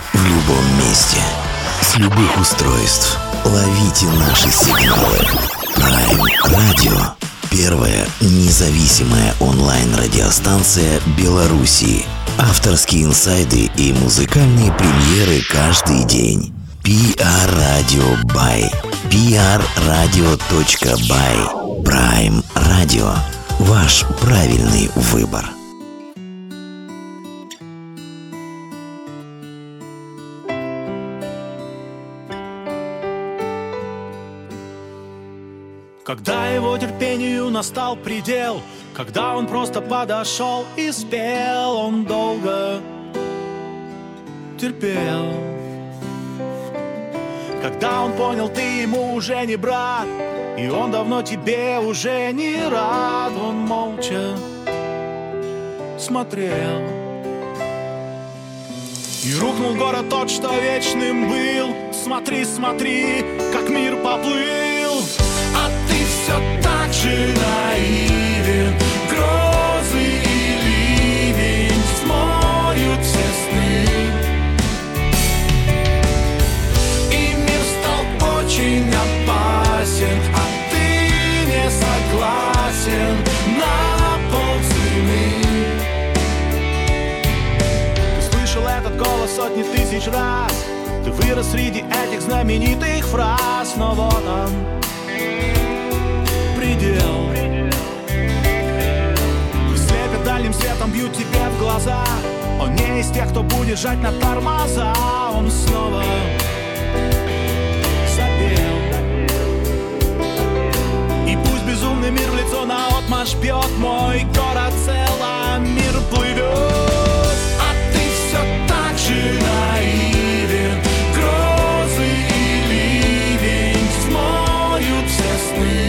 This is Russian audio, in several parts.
в любом месте, с любых устройств. Ловите наши сигналы. Prime Radio. Первая независимая онлайн-радиостанция Беларуси. Авторские инсайды и музыкальные премьеры каждый день. PR Radio by prradio.by. Prime Radio. Ваш правильный выбор. Когда его терпению настал предел, когда он просто подошел и спел, он долго терпел. Когда он понял, ты ему уже не брат, и он давно тебе уже не рад, он молча смотрел. И рухнул город тот, что вечным был. Смотри, смотри, как мир поплыл. А ты все так же наивен. Грозы и ливень смоют все сны. И мир стал очень опасен, а ты не согласен на полцены. Ты слышал этот голос сотни тысяч раз. Ты вырос среди этих знаменитых фраз. Но вот он, предел. Слепят дальним светом, бьют тебе в глаза. Он не из тех, кто будет жать на тормоза. Он снова запел. И пусть безумный мир в лицо наотмашь бьет, мой город цел, а мир плывет. А ты все так же наивен. Грозы и ливень смоют все сны.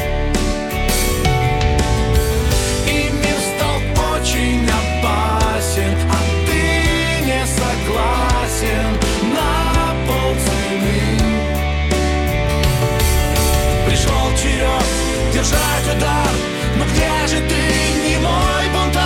Очень опасен, а ты не согласен на полцены. Пришел черед держать удар, но где же ты, не мой бунтарь?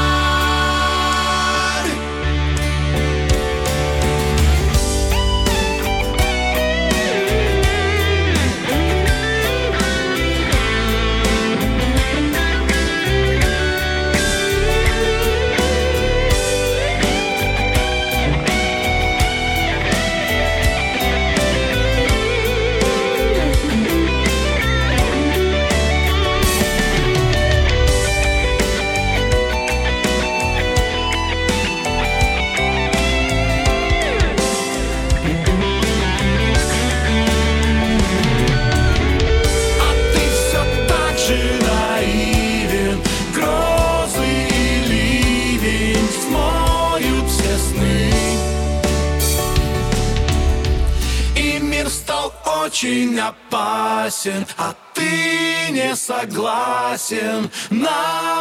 Очень опасен, а ты не согласен на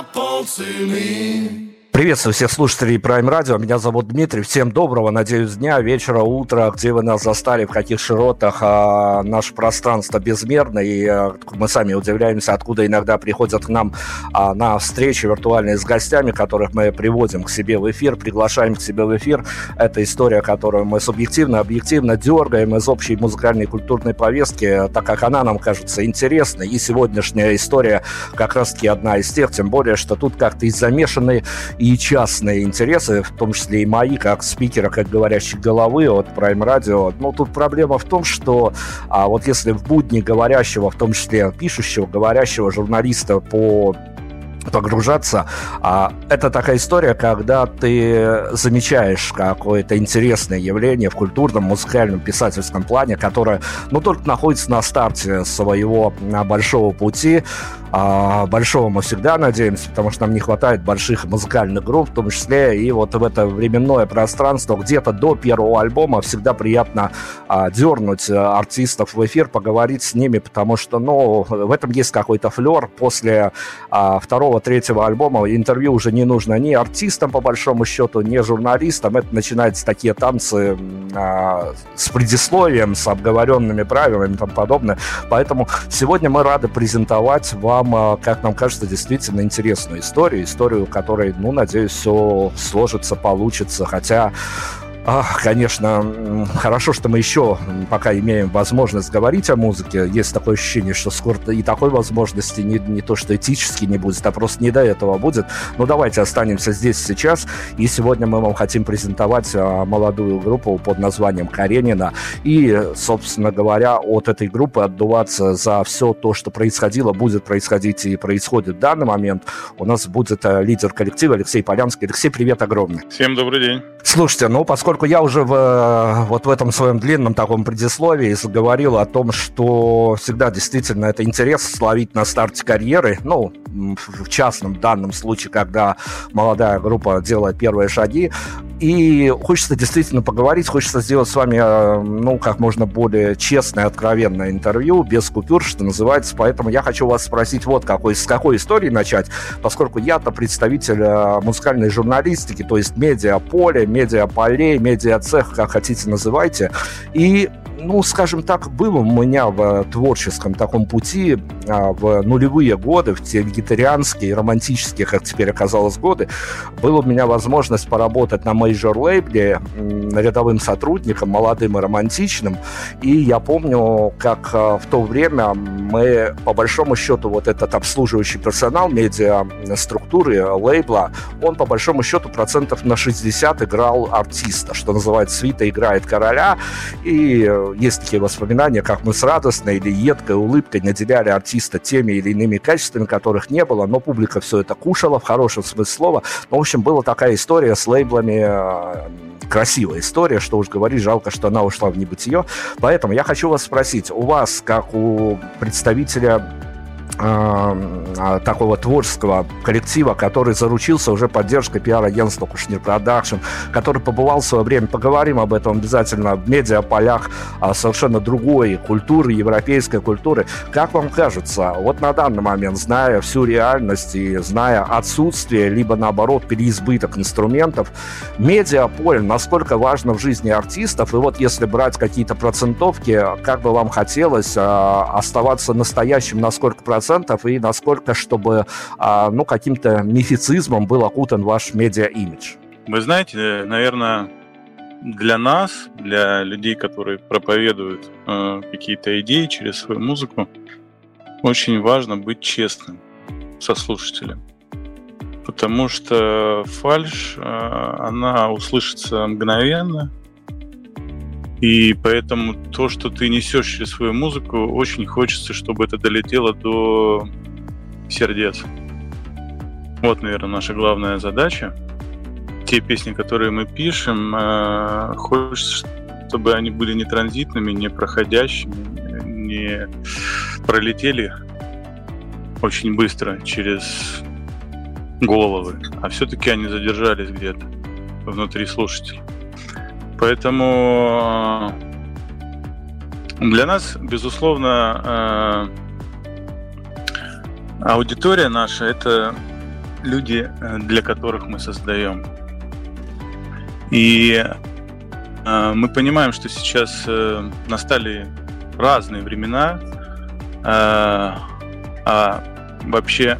полцены. Приветствую всех слушателей Prime Radio. Меня зовут Дмитрий. Всем доброго, надеюсь, дня, вечера, утра, где вы нас застали, в каких широтах. Наше пространство безмерно, и мы сами удивляемся, откуда иногда приходят к нам на встречи виртуальные с гостями, которых мы приводим к себе в эфир, приглашаем к себе в эфир. Это история, которую мы субъективно, объективно дергаем из общей музыкальной культурной повестки, так как она нам кажется интересной. И сегодняшняя история как раз-таки одна из тех, тем более, что тут как-то и замешаны и частные интересы, в том числе и мои, как спикера, как говорящей головы от Prime Radio. Но тут проблема в том, что вот если в будни говорящего, в том числе пишущего, говорящего журналиста погружаться, это такая история, когда ты замечаешь какое-то интересное явление в культурном, музыкальном, писательском плане, которое, только находится на старте своего большого пути. Большого мы всегда надеемся, потому что нам не хватает больших музыкальных групп, в том числе и вот в это временное пространство где-то до первого альбома всегда приятно дернуть артистов в эфир, поговорить с ними, потому что, в этом есть какой-то флер. После второго, третьего альбома интервью уже не нужно ни артистам, по большому счету, ни журналистам. Это начинаются такие танцы с предисловием, с обговоренными правилами и тому подобное. Поэтому сегодня мы рады презентовать вам, как нам кажется, действительно интересную историю, которой, надеюсь, все сложится, получится, хотя Конечно, хорошо, что мы еще пока имеем возможность говорить о музыке. Есть такое ощущение, что скоро и такой возможности не то, что этически не будет, а просто не до этого будет. Но давайте останемся здесь сейчас. И сегодня мы вам хотим презентовать молодую группу под названием «Каренина». И, собственно говоря, от этой группы отдуваться за все то, что происходило, будет происходить и происходит в данный момент, у нас будет лидер коллектива Алексей Полянский. Алексей, привет огромный. Всем добрый день. Слушайте, поскольку я уже вот в этом своем длинном таком предисловии заговорил о том, что всегда действительно это интересно словить на старте карьеры, в частном данном случае, когда молодая группа делает первые шаги, и хочется действительно поговорить, хочется сделать с вами, как можно более честное, откровенное интервью, без купюр, что называется, поэтому я хочу вас спросить с какой истории начать, поскольку я-то представитель музыкальной журналистики, то есть медиаполе, медиаполей, медиацех, как хотите называйте, и скажем так, было у меня в творческом таком пути в нулевые годы, в те вегетарианские, романтические, как теперь оказалось, годы, была у меня возможность поработать на мейджор-лейбле рядовым сотрудником, молодым и романтичным. И я помню, как в то время мы, по большому счету, вот этот обслуживающий персонал медиа-структуры лейбла, он, по большому счету, 60% играл артиста, что называется, свита играет короля. И есть такие воспоминания, как мы с радостной или едкой улыбкой наделяли артиста теми или иными качествами, которых не было, но публика все это кушала, в хорошем смысле слова. В общем, была такая история с лейблами, красивая история, что уж говорить, жалко, что она ушла в небытие. Поэтому я хочу вас спросить, у вас, как у представителя такого творческого коллектива, который заручился уже поддержкой пиар-агентства Кушнир Продакшн, который побывал в свое время, поговорим об этом обязательно, в медиаполях совершенно другой культуры, европейской культуры. Как вам кажется, вот на данный момент, зная всю реальность и зная отсутствие, либо наоборот переизбыток инструментов, медиаполе насколько важно в жизни артистов, и вот если брать какие-то процентовки, как бы вам хотелось оставаться настоящим на сколько процентов, и насколько, чтобы каким-то мифицизмом был окутан ваш медиа-имидж? Вы знаете, наверное, для нас, для людей, которые проповедуют какие-то идеи через свою музыку, очень важно быть честным со слушателем. Потому что фальшь, она услышится мгновенно, и поэтому то, что ты несешь через свою музыку, очень хочется, чтобы это долетело до сердец. Вот, наверное, наша главная задача. Те песни, которые мы пишем, хочется, чтобы они были не транзитными, не проходящими, не пролетели очень быстро через головы, а все-таки они задержались где-то внутри слушателей. Поэтому для нас, безусловно, аудитория наша — это люди, для которых мы создаем. И мы понимаем, что сейчас настали разные времена, а вообще,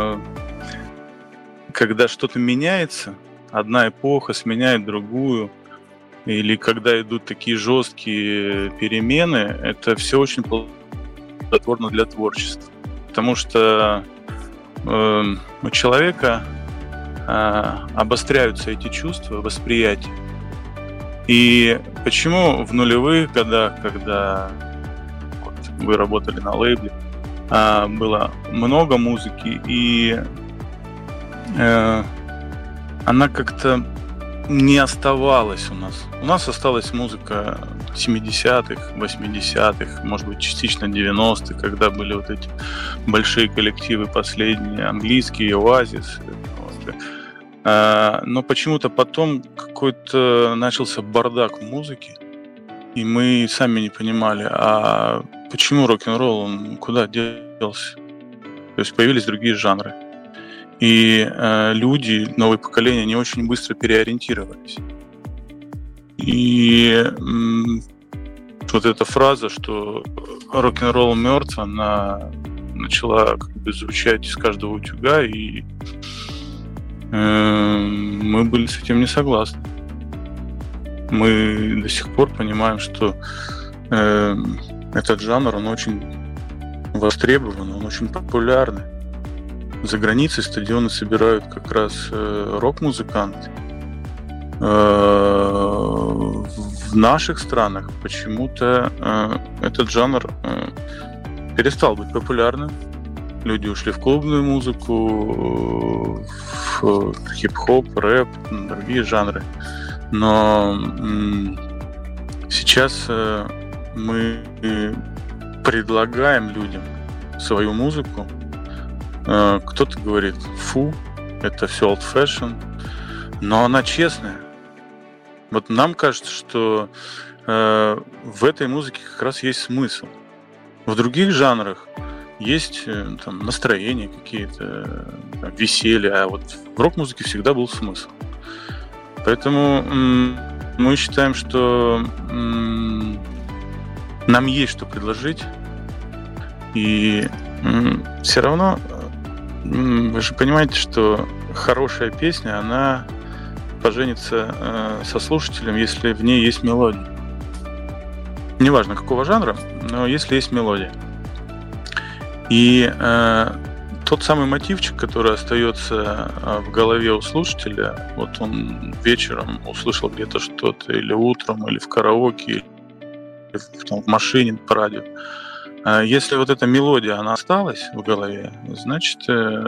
когда что-то меняется, одна эпоха сменяет другую, или когда идут такие жесткие перемены, это все очень плодотворно для творчества. Потому что у человека обостряются эти чувства, восприятия. И почему в нулевых годах, когда вы работали на лейбле, было много музыки, и она как-то не оставалась у нас. У нас осталась музыка 70-х, 80-х, может быть, частично 90-х, когда были вот эти большие коллективы последние, английские, Оазис. Но почему-то потом какой-то начался бардак в музыке, и мы сами не понимали, а почему рок-н-ролл, он куда делся? То есть появились другие жанры. И люди, новое поколение, не очень быстро переориентировались. И вот эта фраза, что рок-н-ролл мертв, она начала как бы звучать из каждого утюга, и мы были с этим не согласны. мы до сих пор понимаем, что этот жанр, он очень востребован, он очень популярный. За границей стадионы собирают как раз рок-музыканты. В наших странах почему-то этот жанр перестал быть популярным. Люди ушли в клубную музыку, в хип-хоп, рэп, другие жанры. Но сейчас мы предлагаем людям свою музыку. Кто-то говорит, фу, это все old fashion, но она честная. Вот нам кажется, что в этой музыке как раз есть смысл. В других жанрах есть там настроения какие-то, веселье, а вот в рок-музыке всегда был смысл. Поэтому мы считаем, что нам есть что предложить, и все равно вы же понимаете, что хорошая песня, она поженится со слушателем, если в ней есть мелодия. Неважно, какого жанра, но если есть мелодия. И тот самый мотивчик, который остается в голове у слушателя, вот он вечером услышал где-то что-то, или утром, или в караоке, или в машине по радио. Если вот эта мелодия, она осталась в голове, значит,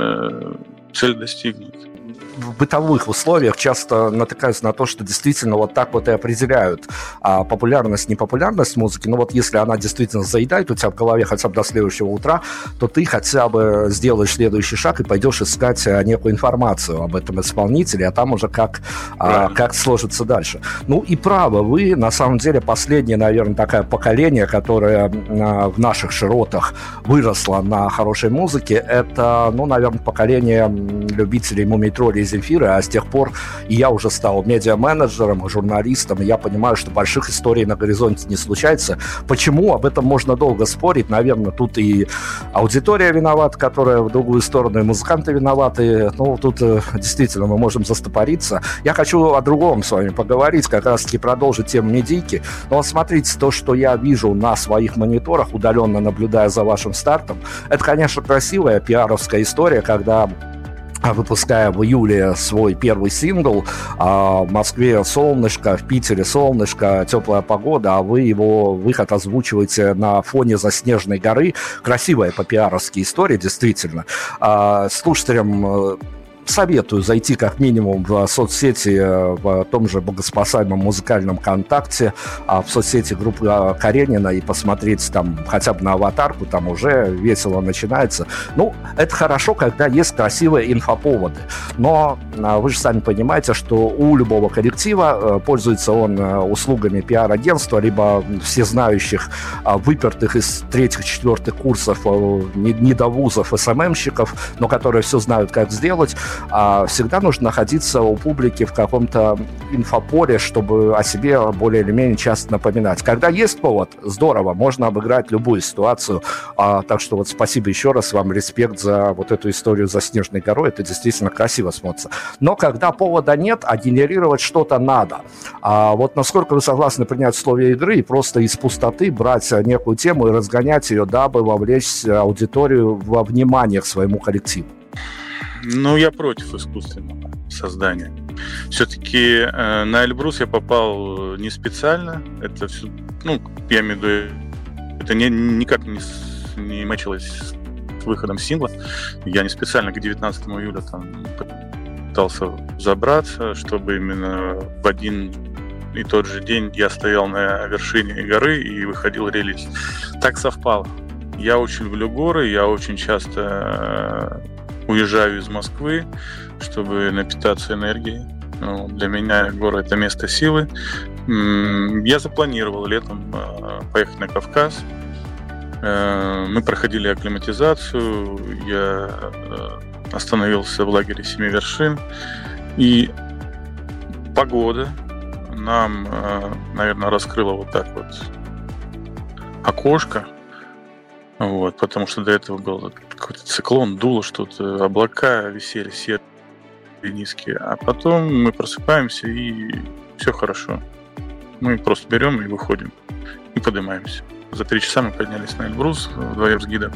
цель достигнута. В бытовых условиях часто натыкаются на то, что действительно вот так вот и определяют популярность, непопулярность музыки. Но вот если она действительно заедает у тебя в голове хотя бы до следующего утра, то ты хотя бы сделаешь следующий шаг и пойдешь искать некую информацию об этом исполнителе, а там уже как сложится дальше. Ну и право, вы на самом деле последнее, наверное, такое поколение, которое в наших широтах выросло на хорошей музыке. Это, ну, наверное, поколение любителей Мумий-троллей и Земфира, а с тех пор и я уже стал медиа-менеджером, журналистом, и я понимаю, что больших историй на горизонте не случается. Почему? Об этом можно долго спорить. Наверное, тут и аудитория виновата, которая в другую сторону, и музыканты виноваты. Ну, тут действительно мы можем застопориться. Я хочу о другом с вами поговорить, как раз-таки продолжить тему медийки. Но вот смотрите, то, что я вижу на своих мониторах, удаленно наблюдая за вашим стартом, это, конечно, красивая пиаровская история, когда, выпуская в июле свой первый сингл, в Москве солнышко, в Питере солнышко, теплая погода, а вы его выход озвучиваете на фоне заснеженной горы. Красивая по-пиаровски история, действительно. Слушателям советую зайти как минимум в соцсети, в том же богоспасаемом музыкальном ВКонтакте, в соцсети группы Каренина и посмотреть там хотя бы на аватарку, там уже весело начинается. Ну, это хорошо, когда есть красивые инфоповоды, но вы же сами понимаете, что у любого коллектива, пользуется он услугами пиар-агентства, либо всезнающих, выпертых из 3-4 курсов недовузов, СММщиков, но которые все знают, как сделать. Всегда нужно находиться у публики в каком-то инфополе, чтобы о себе более или менее часто напоминать. Когда есть повод, здорово, можно обыграть любую ситуацию. Так что вот спасибо еще раз вам, респект за вот эту историю за Снежной горой, это действительно красиво смотрится. Но когда повода нет, а генерировать что-то надо. Вот насколько вы согласны принять условия игры и просто из пустоты брать некую тему и разгонять ее, дабы вовлечь аудиторию во внимание к своему коллективу? Ну, я против искусственного создания. Все-таки на Эльбрус я попал не специально. Это все, ну, я имею в виду, это никак не мэчилось с выходом сингла. Я не специально к 19 июля там пытался забраться, чтобы именно в один и тот же день я стоял на вершине горы и выходил релиз. Так совпало. Я очень люблю горы, я очень часто уезжаю из Москвы, чтобы напитаться энергией. Для меня горы — это место силы. Я запланировал летом поехать на Кавказ. Мы проходили акклиматизацию. Я остановился в лагере 7 вершин. И погода нам, наверное, раскрыла вот так вот окошко. Вот, потому что до этого был какой-то циклон, дуло что-то, облака висели серые, низкие. А потом мы просыпаемся, и все хорошо. Мы просто берем и выходим, и поднимаемся. За 3 часа мы поднялись на Эльбрус вдвоем с гидом.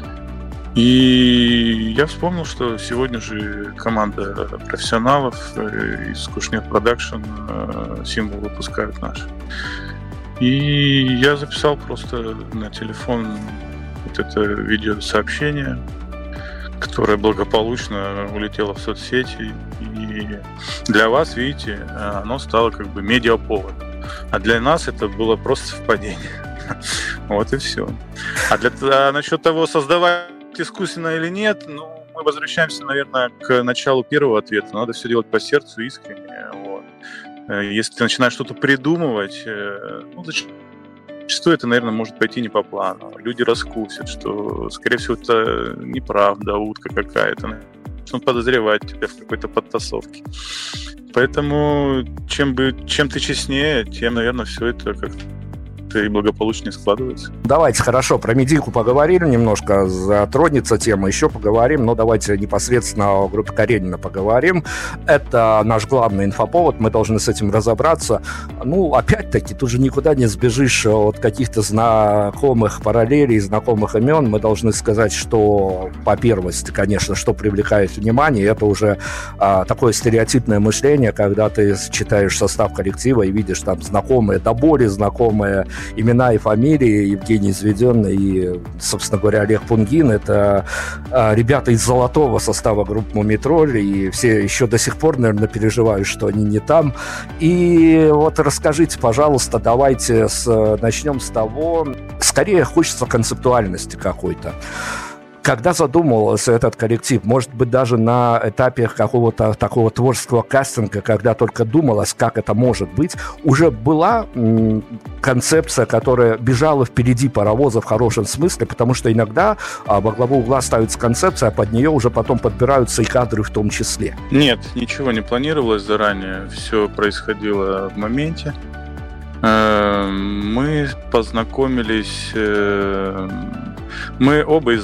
И я вспомнил, что сегодня же команда профессионалов из Кушнет Продакшн символ выпускают наш. И я записал просто на телефон вот это видеосообщение, которое благополучно улетело в соцсети. И для вас, видите, оно стало как бы медиаповодом. А для нас это было просто совпадение. Вот и все. А насчет того, создавать искусственно или нет, мы возвращаемся, наверное, к началу первого ответа. Надо все делать по сердцу, искренне. Вот. Если ты начинаешь что-то придумывать, зачастую это, наверное, может пойти не по плану. Люди раскусят, что, скорее всего, это неправда, утка какая-то. Начнут подозревать тебя в какой-то подтасовке. Поэтому чем ты честнее, тем, наверное, все это как-то и благополучнее складывается. Давайте, хорошо, про медийку поговорили немножко, затронется тема, еще поговорим, но давайте непосредственно о группе Каренина поговорим. Это наш главный инфоповод, мы должны с этим разобраться. Опять-таки, тут же никуда не сбежишь от каких-то знакомых параллелей, знакомых имен. Мы должны сказать, что по первости, конечно, что привлекает внимание, это уже такое стереотипное мышление, когда ты читаешь состав коллектива и видишь там знакомые, до боли знакомые имена и фамилии: Евгений Изведенный и, собственно говоря, Олег Пунгин. Это ребята из золотого состава группы «Мумитроль», и все еще до сих пор, наверное, переживают, что они не там. И вот расскажите, пожалуйста, давайте начнем с того, скорее хочется концептуальности какой-то. Когда задумывался этот коллектив, может быть, даже на этапе какого-то такого творческого кастинга, когда только думалось, как это может быть, уже была концепция, которая бежала впереди паровоза в хорошем смысле, потому что иногда во главу угла ставится концепция, а под нее уже потом подбираются и кадры в том числе. Нет, ничего не планировалось заранее, все происходило в моменте. Мы познакомились, мы оба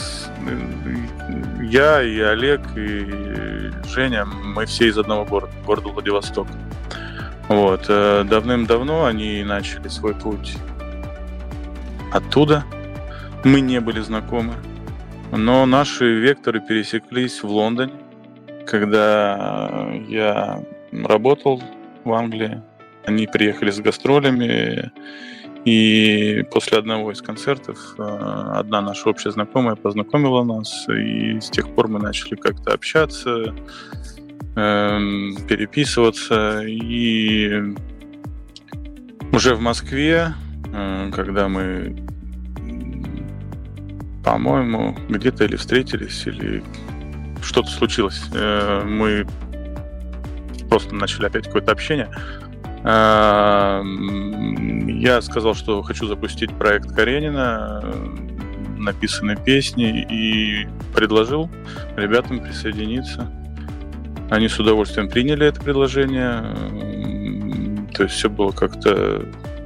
я и Олег, и Женя, мы все из одного города Владивосток. Вот. Давным-давно они начали свой путь оттуда. Мы не были знакомы. Но наши векторы пересеклись в Лондоне, когда я работал в Англии. Они приехали с гастролями. И после одного из концертов одна наша общая знакомая познакомила нас, и с тех пор мы начали как-то общаться, переписываться. И уже в Москве, когда мы, по-моему, где-то или встретились, или что-то случилось, мы просто начали опять какое-то общение. Я сказал, что хочу запустить проект Каренина, написанные песни, и предложил ребятам присоединиться. Они с удовольствием приняли это предложение. То есть все было как-то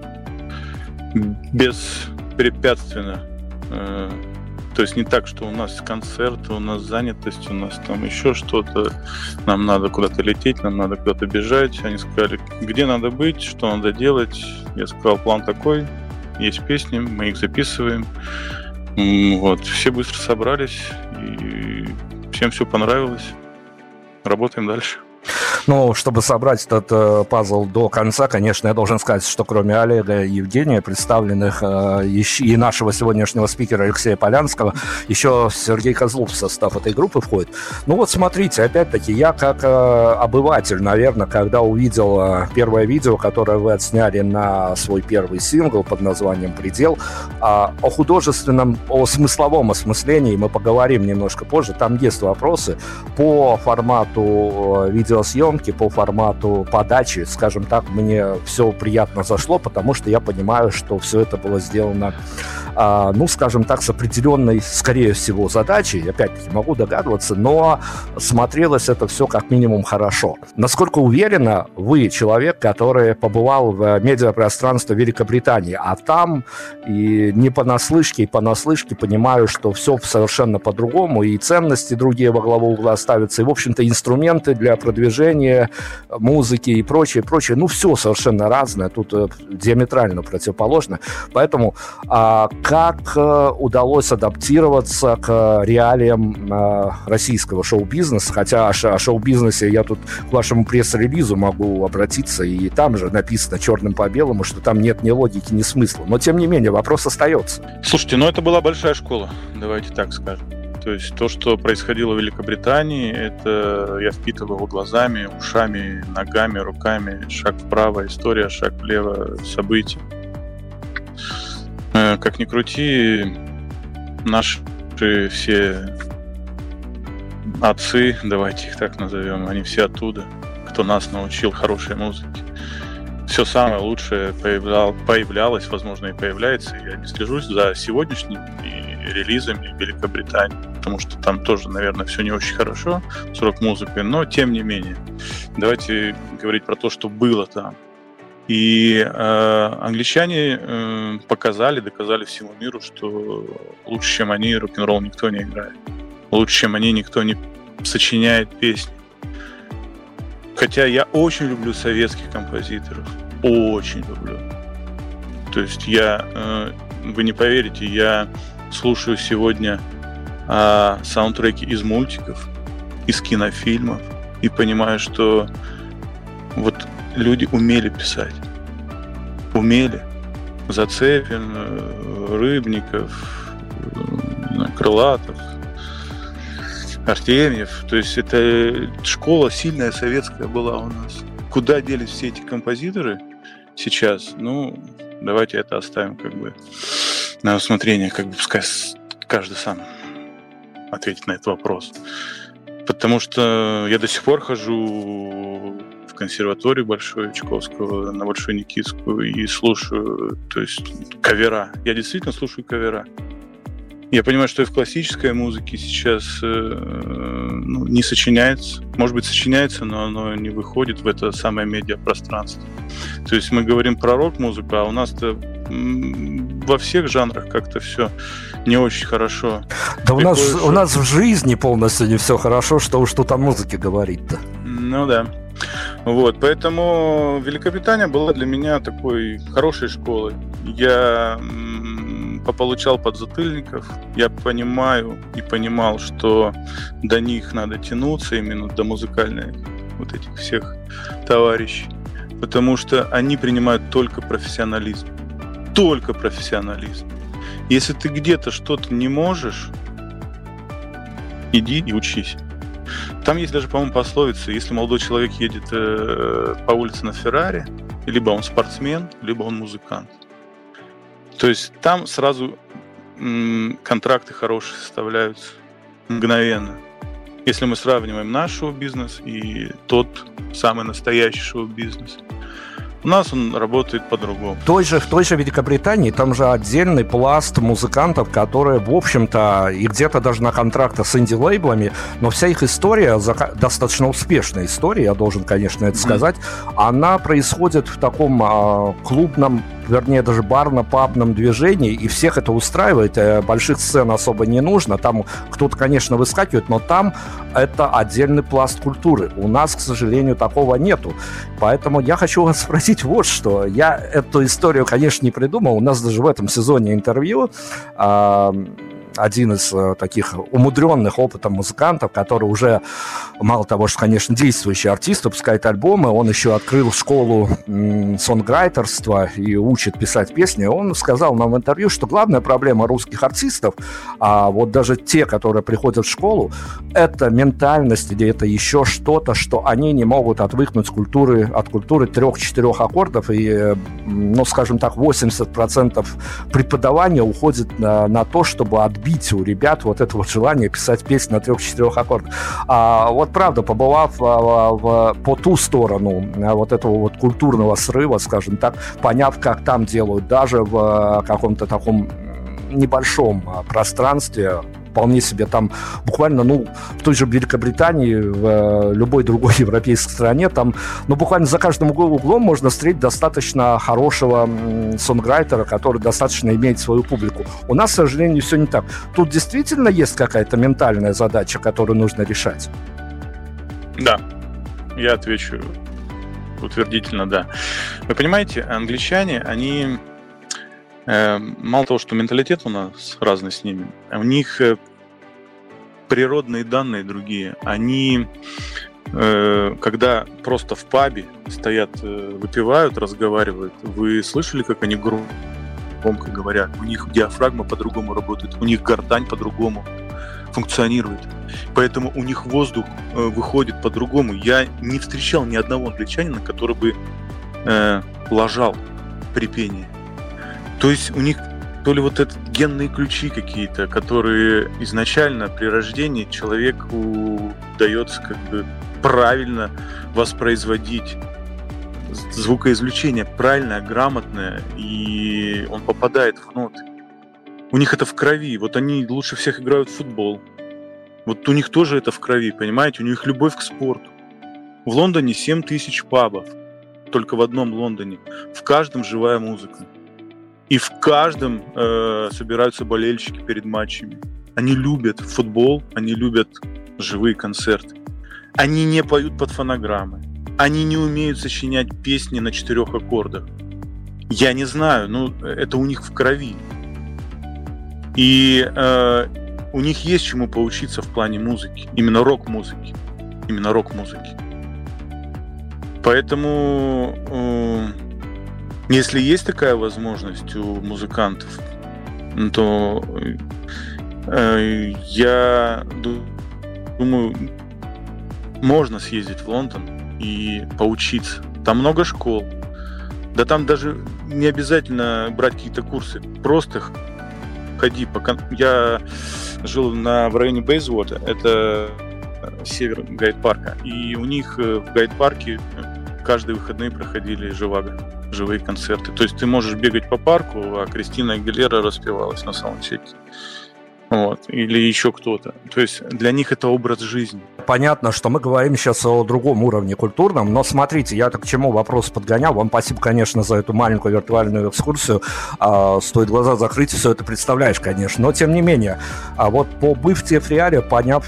беспрепятственно. То есть не так, что у нас концерт, у нас занятость, у нас там еще что-то, нам надо куда-то лететь, нам надо куда-то бежать. Они сказали, где надо быть, что надо делать. Я сказал, план такой, есть песни, мы их записываем. Вот, все быстро собрались, и всем все понравилось. Работаем дальше. Чтобы собрать этот пазл до конца, конечно, я должен сказать, что кроме Олега и Евгения, представленных и нашего сегодняшнего спикера Алексея Полянского, еще Сергей Козлов в состав этой группы входит. Смотрите, опять-таки, я как обыватель, наверное, когда увидел первое видео, которое вы отсняли на свой первый сингл под названием «Предел», о художественном, о смысловом осмыслении мы поговорим немножко позже. Там есть вопросы по формату видеосъемки, по формату подачи, скажем так, мне все приятно зашло, потому что я понимаю, что все это было сделано, скажем так, с определенной, скорее всего, задачей. Опять-таки, могу догадываться, но смотрелось это все как минимум хорошо. Насколько уверенно вы человек, который побывал в медиапространстве Великобритании, а там и не понаслышке, и понаслышке понимаю, что все совершенно по-другому, и ценности другие во главу угла ставятся, и, в общем-то, инструменты для продвижения звучание музыки и прочее, прочее. Ну, все совершенно разное, тут диаметрально противоположно. Поэтому как удалось адаптироваться к реалиям российского шоу-бизнеса, хотя о шоу-бизнесе я тут к вашему пресс-релизу могу обратиться, и там же написано черным по белому, что там нет ни логики, ни смысла. Но, тем не менее, вопрос остается. Слушайте, это была большая школа, давайте так скажем. То есть то, что происходило в Великобритании, это я впитывал глазами, ушами, ногами, руками. Шаг вправо — история, шаг влево — события. Как ни крути, наши все отцы, давайте их так назовем, они все оттуда, кто нас научил хорошей музыке. Все самое лучшее появлялось, возможно, и появляется. Я не слежусь за сегодняшними релизами Великобритании, потому что там тоже, наверное, все не очень хорошо с рок-музыкой, но тем не менее. Давайте говорить про то, что было там. И англичане доказали всему миру, что лучше, чем они, рок-н-ролл никто не играет. Лучше, чем они, никто не сочиняет песни. Хотя я очень люблю советских композиторов. Очень люблю. То есть вы не поверите, я слушаю сегодня саундтреки из мультиков, из кинофильмов и понимаю, что вот люди умели писать. Умели. Зацепин, Рыбников, Крылатов, Артемьев. То есть это школа сильная советская была у нас. Куда делись все эти композиторы сейчас? Давайте это оставим на усмотрение, пускай каждый сам ответит на этот вопрос. Потому что я до сих пор хожу в консерваторию Большой Чайковского, на Большую Никитскую и слушаю, то есть, кавера. Я действительно слушаю кавера. Я понимаю, что и в классической музыке сейчас не сочиняется. Может быть, сочиняется, но оно не выходит в это самое медиапространство. То есть мы говорим про рок-музыку, а у нас-то во всех жанрах как-то все не очень хорошо. Да у нас в жизни полностью не все хорошо, что уж тут о музыке говорить-то. Ну да. Поэтому Великобритания была для меня такой хорошей школой. Я пополучал подзатыльников, я понимаю и понимал, что до них надо тянуться, именно до музыкальных этих всех товарищей, потому что они принимают только профессионализм. Только профессионализм. Если ты где-то что-то не можешь, иди и учись. Там есть даже, по-моему, пословица: если молодой человек едет по улице на Феррари, либо он спортсмен, либо он музыкант. То есть там сразу контракты хорошие составляются мгновенно. Если мы сравниваем наш шоу-бизнес и тот самый настоящий шоу-бизнес, у нас он работает по-другому. В той же Великобритании там же отдельный пласт музыкантов, которые, в общем-то, и где-то даже на контрактах с инди-лейблами, но вся их история, достаточно успешная история, я должен, конечно, это сказать, она происходит в таком клубном, вернее, даже барно-пабном движении, и всех это устраивает, больших сцен особо не нужно, там кто-то, конечно, выскакивает, но там это отдельный пласт культуры. У нас, к сожалению, такого нету. Поэтому я хочу вас спросить вот что. Я эту историю, конечно, не придумал. У нас даже в этом сезоне интервью один из таких умудренных опытом музыкантов, который уже, мало того, что, конечно, действующий артист, выпускает альбомы, он еще открыл школу сонграйтерства и учит писать песни. Он сказал нам в интервью, что главная проблема русских артистов, а вот даже те, которые приходят в школу, это ментальность или это еще что-то, что они не могут отвыкнуть от культуры 3-4 аккордов, и, скажем так, 80% преподавания уходит на то, чтобы отбить у ребят вот это вот желание писать песни на 3-4 аккордах. Вот правда, побывав по ту сторону вот этого вот культурного срыва, скажем так, поняв, как там делают, даже в каком-то таком небольшом пространстве, вполне себе там буквально, в той же Великобритании, в любой другой европейской стране, там, буквально за каждым углом можно встретить достаточно хорошего сонграйтера, который достаточно имеет свою публику. У нас, к сожалению, все не так. Тут действительно есть какая-то ментальная задача, которую нужно решать. Да. Я отвечу утвердительно, да. Вы понимаете, англичане, они мало того, что менталитет у нас разный с ними, у них природные данные другие. Они, когда просто в пабе стоят, выпивают, разговаривают, вы слышали, как они громко говорят? У них диафрагма по-другому работает, у них гортань по-другому функционирует. Поэтому у них воздух выходит по-другому. Я не встречал ни одного англичанина, который бы лажал при пении. То есть у них то ли вот это генные ключи какие-то, которые изначально при рождении человеку дается как бы правильно воспроизводить звукоизвлечение, правильное, грамотное, и он попадает в ноты. У них это в крови. Вот они лучше всех играют в футбол. Вот у них тоже это в крови, понимаете? У них любовь к спорту. В Лондоне 7000 пабов. Только в одном Лондоне. В каждом живая музыка. И в каждом собираются болельщики перед матчами. Они любят футбол, они любят живые концерты. Они не поют под фонограммы. Они не умеют сочинять песни на 4 аккордах. Я не знаю, но это у них в крови. И у них есть чему поучиться в плане музыки. Именно рок-музыки. Именно рок-музыки. Поэтому... Если есть такая возможность у музыкантов, то я думаю, можно съездить в Лондон и поучиться. Там много школ. Да там даже не обязательно брать какие-то курсы. Просто ходи. Я жил в районе Бейзвота, это север Гайд-парка. И у них в Гайд-парке каждые выходные проходили живые концерты. То есть ты можешь бегать по парку, а Кристина Агилера распевалась на саундчеке. Вот. Или еще кто-то. То есть для них это образ жизни. Понятно, что мы говорим сейчас о другом уровне культурном, но смотрите, я так к чему вопрос подгонял. Вам спасибо, конечно, за эту маленькую виртуальную экскурсию. Стоит глаза закрыть, все это представляешь, конечно. Но тем не менее, вот побыв в Тефриале, поняв,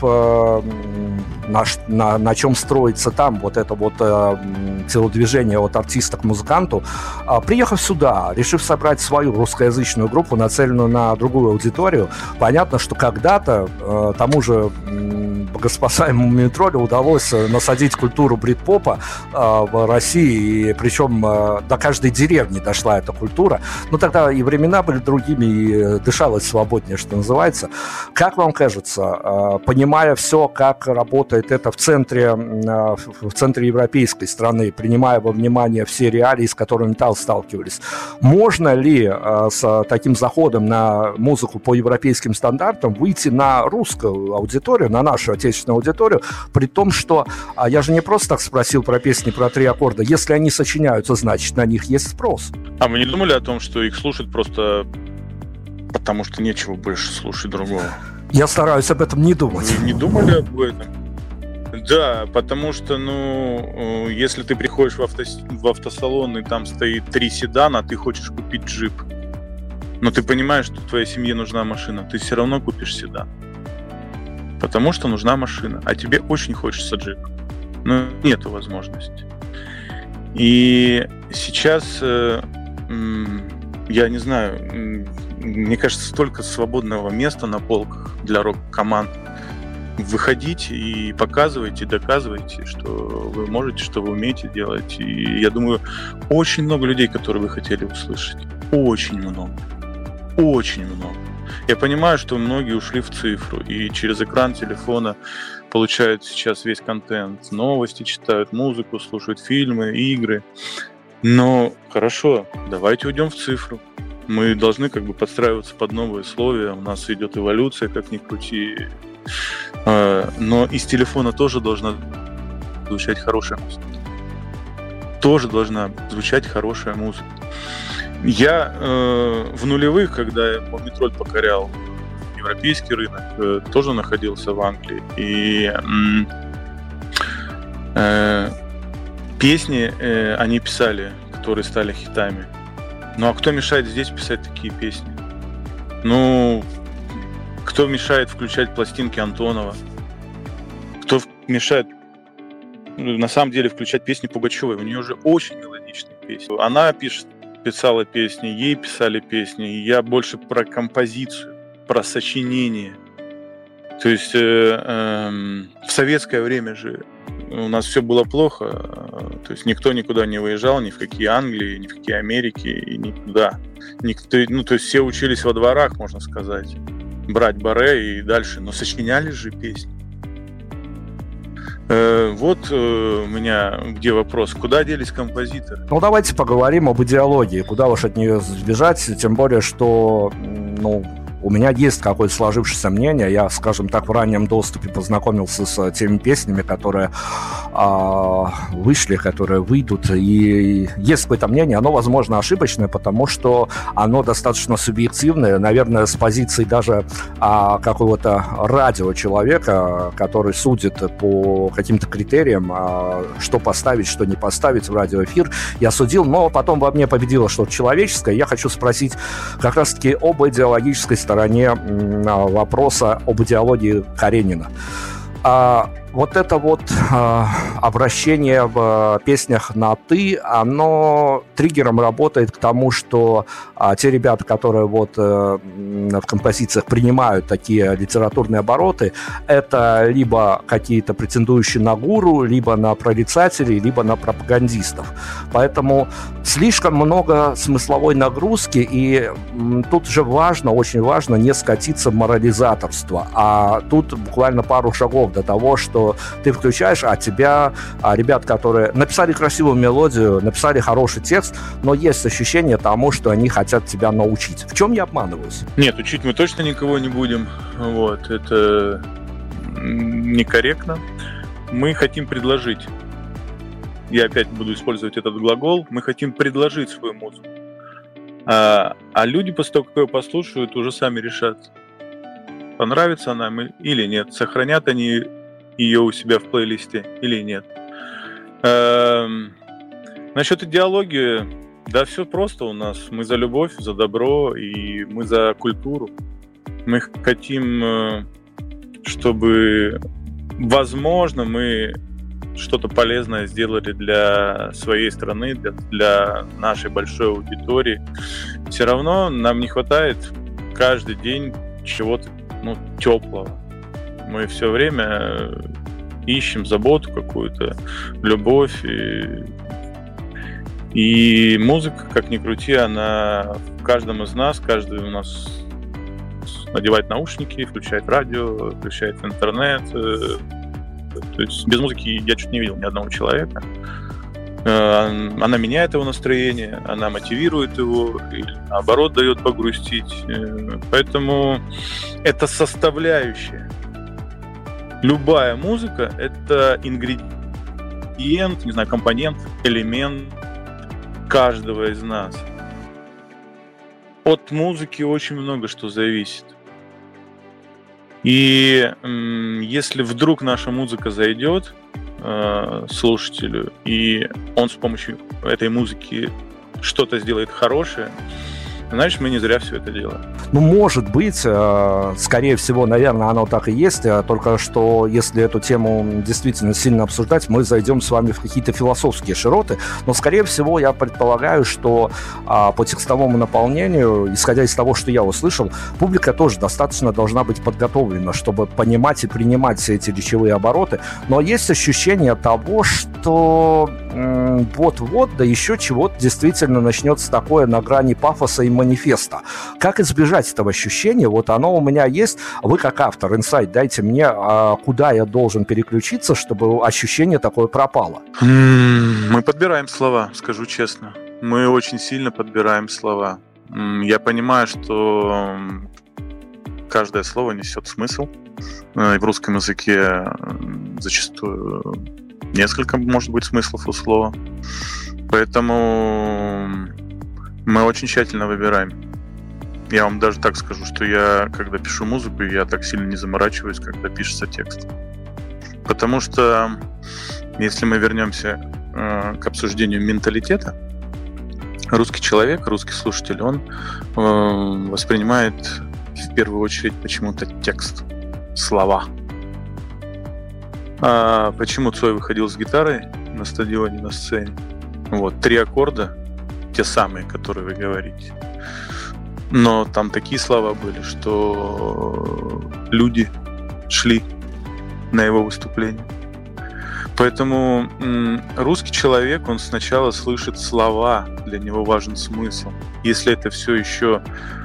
на чем строится там вот это вот телодвижение от артиста к музыканту, приехав сюда, решив собрать свою русскоязычную группу, нацеленную на другую аудиторию, понятно, что когда-то тому же богоспасаемому Метролю удалось насадить культуру брит-попа в России, и причем до каждой деревни дошла эта культура. Но тогда и времена были другими, и дышалось свободнее, что называется. Как вам кажется, понимая все, как работает это в центре европейской страны, принимая во внимание все реалии, с которыми там сталкивались, можно ли с таким заходом на музыку по европейским стандартам выйти на русскую аудиторию, на нашу отечественную аудиторию, при том, что, я же не просто так спросил про песни про 3 аккорда, если они сочиняются, значит, на них есть спрос. А вы не думали о том, что их слушать просто потому, что нечего больше слушать другого? Я стараюсь об этом не думать. Вы не думали об этом? Да, потому что, если ты приходишь в автосалон, и там стоит 3 седана, ты хочешь купить джип, но ты понимаешь, что твоей семье нужна машина, ты все равно купишь седан. Потому что нужна машина, а тебе очень хочется джип. Но нету возможности. И сейчас, я не знаю, мне кажется, столько свободного места на полках для рок-команд. Выходите и показывайте, доказывайте, что вы можете, что вы умеете делать. И я думаю, очень много людей, которые вы хотели услышать. Очень много. Очень много. Я понимаю, что многие ушли в цифру и через экран телефона получают сейчас весь контент. Новости читают, музыку слушают, фильмы, игры. Но хорошо, давайте уйдем в цифру. Мы должны подстраиваться под новые условия. У нас идет эволюция, как ни крути. Но из телефона тоже должна звучать хорошая музыка. Тоже должна звучать хорошая музыка. Я в нулевых, когда Метроль покорял европейский рынок, тоже находился в Англии. И песни они писали, которые стали хитами. Ну а кто мешает здесь писать такие песни? Кто мешает включать пластинки Антонова? Кто мешает на самом деле включать песни Пугачевой. У нее же очень мелодичные песни. Она писала песни, ей писали песни. Я больше про композицию, про сочинение. То есть в советское время же у нас все было плохо. То есть никто никуда не выезжал, ни в какие Англии, ни в какие Америки, и никуда. То есть все учились во дворах, можно сказать, брать баре и дальше. Но сочиняли же песни. Вот у меня где вопрос. Куда делись композиторы? Ну, давайте поговорим об идеологии. Куда уж от нее сбежать? Тем более, что, у меня есть какое-то сложившееся мнение. Я, скажем так, в раннем доступе познакомился с теми песнями, которые вышли, которые выйдут. И есть какое-то мнение, оно, возможно, ошибочное, потому что оно достаточно субъективное. Наверное, с позиции даже какого-то радиочеловека, который судит по каким-то критериям, что поставить, что не поставить в радиоэфир, я судил, но потом во мне победило что-то человеческое. Я хочу спросить как раз-таки об идеологической стороне вопроса, об идеологии Каренина. Вот это вот обращение в песнях на «ты», оно триггером работает к тому, что те ребята, которые вот в композициях принимают такие литературные обороты, это либо какие-то претендующие на гуру, либо на прорицателей, либо на пропагандистов. Поэтому слишком много смысловой нагрузки, и тут же важно, очень важно не скатиться в морализаторство. А тут буквально пару шагов до того, что ты включаешь, а тебя ребят, которые написали красивую мелодию, написали хороший текст, но есть ощущение тому, что они хотят тебя научить. В чем я обманываюсь? Нет, учить мы точно никого не будем. Вот, это некорректно. Мы хотим предложить. Я опять буду использовать этот глагол. Мы хотим предложить свою музыку. А люди после того, как ее послушают, уже сами решат, понравится она им или нет, сохранят они ее у себя в плейлисте или нет. Насчет идеологии, да, все просто у нас. Мы за любовь, за добро, и мы за культуру. Мы хотим, чтобы, возможно, мы что-то полезное сделали для своей страны, для нашей большой аудитории. Все равно нам не хватает каждый день чего-то теплого. Мы все время ищем заботу какую-то, любовь. И музыка, как ни крути, она в каждом из нас, каждый у нас надевает наушники, включает радио, включает интернет. То есть без музыки я чуть не видел ни одного человека. Она меняет его настроение, она мотивирует его, или наоборот дает погрустить. Поэтому это составляющая. Любая музыка — это ингредиент, не знаю, компонент, элемент каждого из нас. От музыки очень много что зависит. И если вдруг наша музыка зайдет слушателю, и он с помощью этой музыки что-то сделает хорошее, значит, мы не зря все это делаем. Может быть, скорее всего, наверное, оно так и есть, только что, если эту тему действительно сильно обсуждать, мы зайдем с вами в какие-то философские широты, но, скорее всего, я предполагаю, что по текстовому наполнению, исходя из того, что я услышал, публика тоже достаточно должна быть подготовлена, чтобы понимать и принимать все эти речевые обороты, но есть ощущение того, что вот-вот, да еще чего-то действительно начнется такое на грани пафоса и манифеста. Как избежать этого ощущения? Вот оно у меня есть. Вы как автор, инсайт, дайте мне, куда я должен переключиться, чтобы ощущение такое пропало. Мы подбираем слова, скажу честно. Мы очень сильно подбираем слова. Я понимаю, что каждое слово несет смысл. И в русском языке зачастую несколько, может быть, смыслов у слова. Поэтому мы очень тщательно выбираем. Я вам даже так скажу, что я, когда пишу музыку, я так сильно не заморачиваюсь, когда пишется текст. Потому что, если мы вернемся к обсуждению менталитета, русский человек, русский слушатель, он воспринимает в первую очередь почему-то текст, слова. Почему Цой выходил с гитарой на стадионе, на сцене? Вот, 3 аккорда, те самые, которые вы говорите. Но там такие слова были, что люди шли на его выступление. Поэтому русский человек, он сначала слышит слова, для него важен смысл. Если это все еще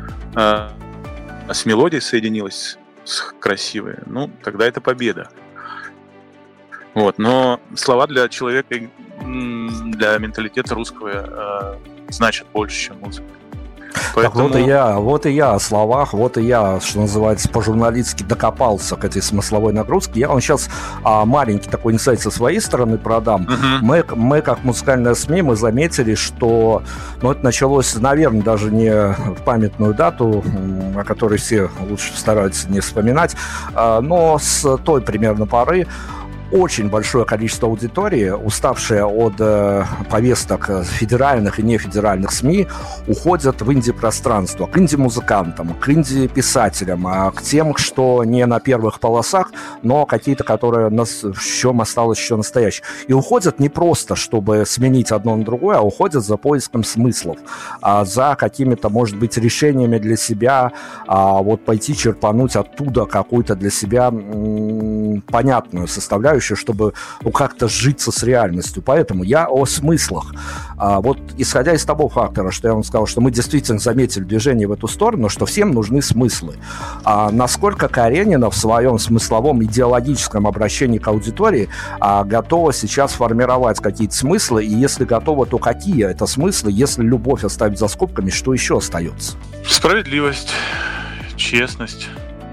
с мелодией соединилось, с красивой, ну, тогда это победа. Вот. Но слова для человека, для менталитета русского значат больше, чем музыка. Поэтому... Так вот и я о словах, вот и я, что называется, по-журналистски докопался к этой смысловой нагрузке. Я вам сейчас маленький такой инсайт со своей стороны продам. Мы, как музыкальная СМИ, мы заметили, что это началось, наверное, даже не в памятную дату, о которой все лучше стараются не вспоминать, но с той примерно поры очень большое количество аудитории, уставшие от повесток федеральных и нефедеральных СМИ, уходят в инди-пространство, к инди-музыкантам, к инди-писателям, к тем, что не на первых полосах, но какие-то, которые в чем осталось еще настоящее. И уходят не просто, чтобы сменить одно на другое, а уходят за поиском смыслов, за какими-то, может быть, решениями для себя, вот пойти черпануть оттуда какую-то для себя понятную составляющую, чтобы как-то сжиться с реальностью. Поэтому я о смыслах. Вот исходя из того фактора, что я вам сказал, что мы действительно заметили движение в эту сторону, что всем нужны смыслы. Насколько Каренина в своем смысловом идеологическом обращении к аудитории готова сейчас формировать какие-то смыслы, и если готова, то какие это смыслы, если любовь оставить за скобками, что еще остается? Справедливость, честность.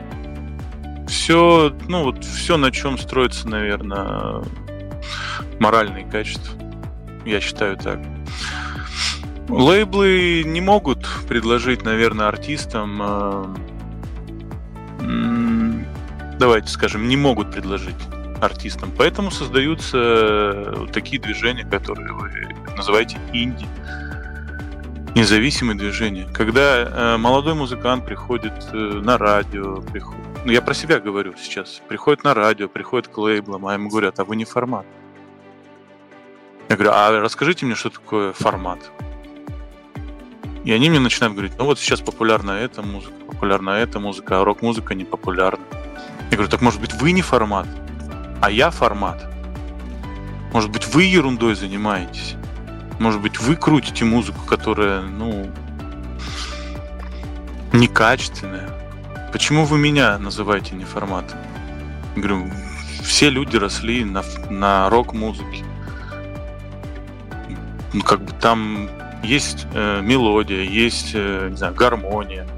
Все, все, на чем строится, наверное, моральные качества. Я считаю так. Лейблы не могут предложить, наверное, артистам, давайте скажем, не могут предложить артистам. Поэтому создаются такие движения, которые вы называете инди. Независимые движения. Когда молодой музыкант приходит на радио, я про себя говорю сейчас, приходит на радио, приходит к лейблам, а ему говорят, а вы не формат. Я говорю, а расскажите мне, что такое формат. И они мне начинают говорить, вот сейчас популярна эта музыка, а рок-музыка не популярна. Я говорю, так может быть вы не формат, а я формат. Может быть вы ерундой занимаетесь. Может быть, вы крутите музыку, которая, некачественная. Почему вы меня называете неформатом? Я говорю, все люди росли на рок-музыке. Там есть мелодия, есть, не знаю, гармония.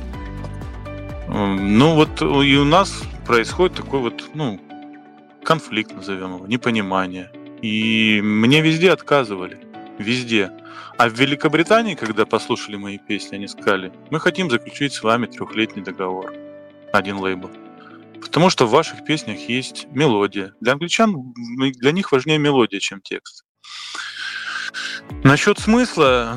И у нас происходит такой конфликт, назовем его, непонимание. И мне везде отказывали. Везде. А в Великобритании, когда послушали мои песни, они сказали, мы хотим заключить с вами 3-летний договор. Один лейбл. Потому что в ваших песнях есть мелодия. Для англичан, для них важнее мелодия, чем текст. Насчет смысла,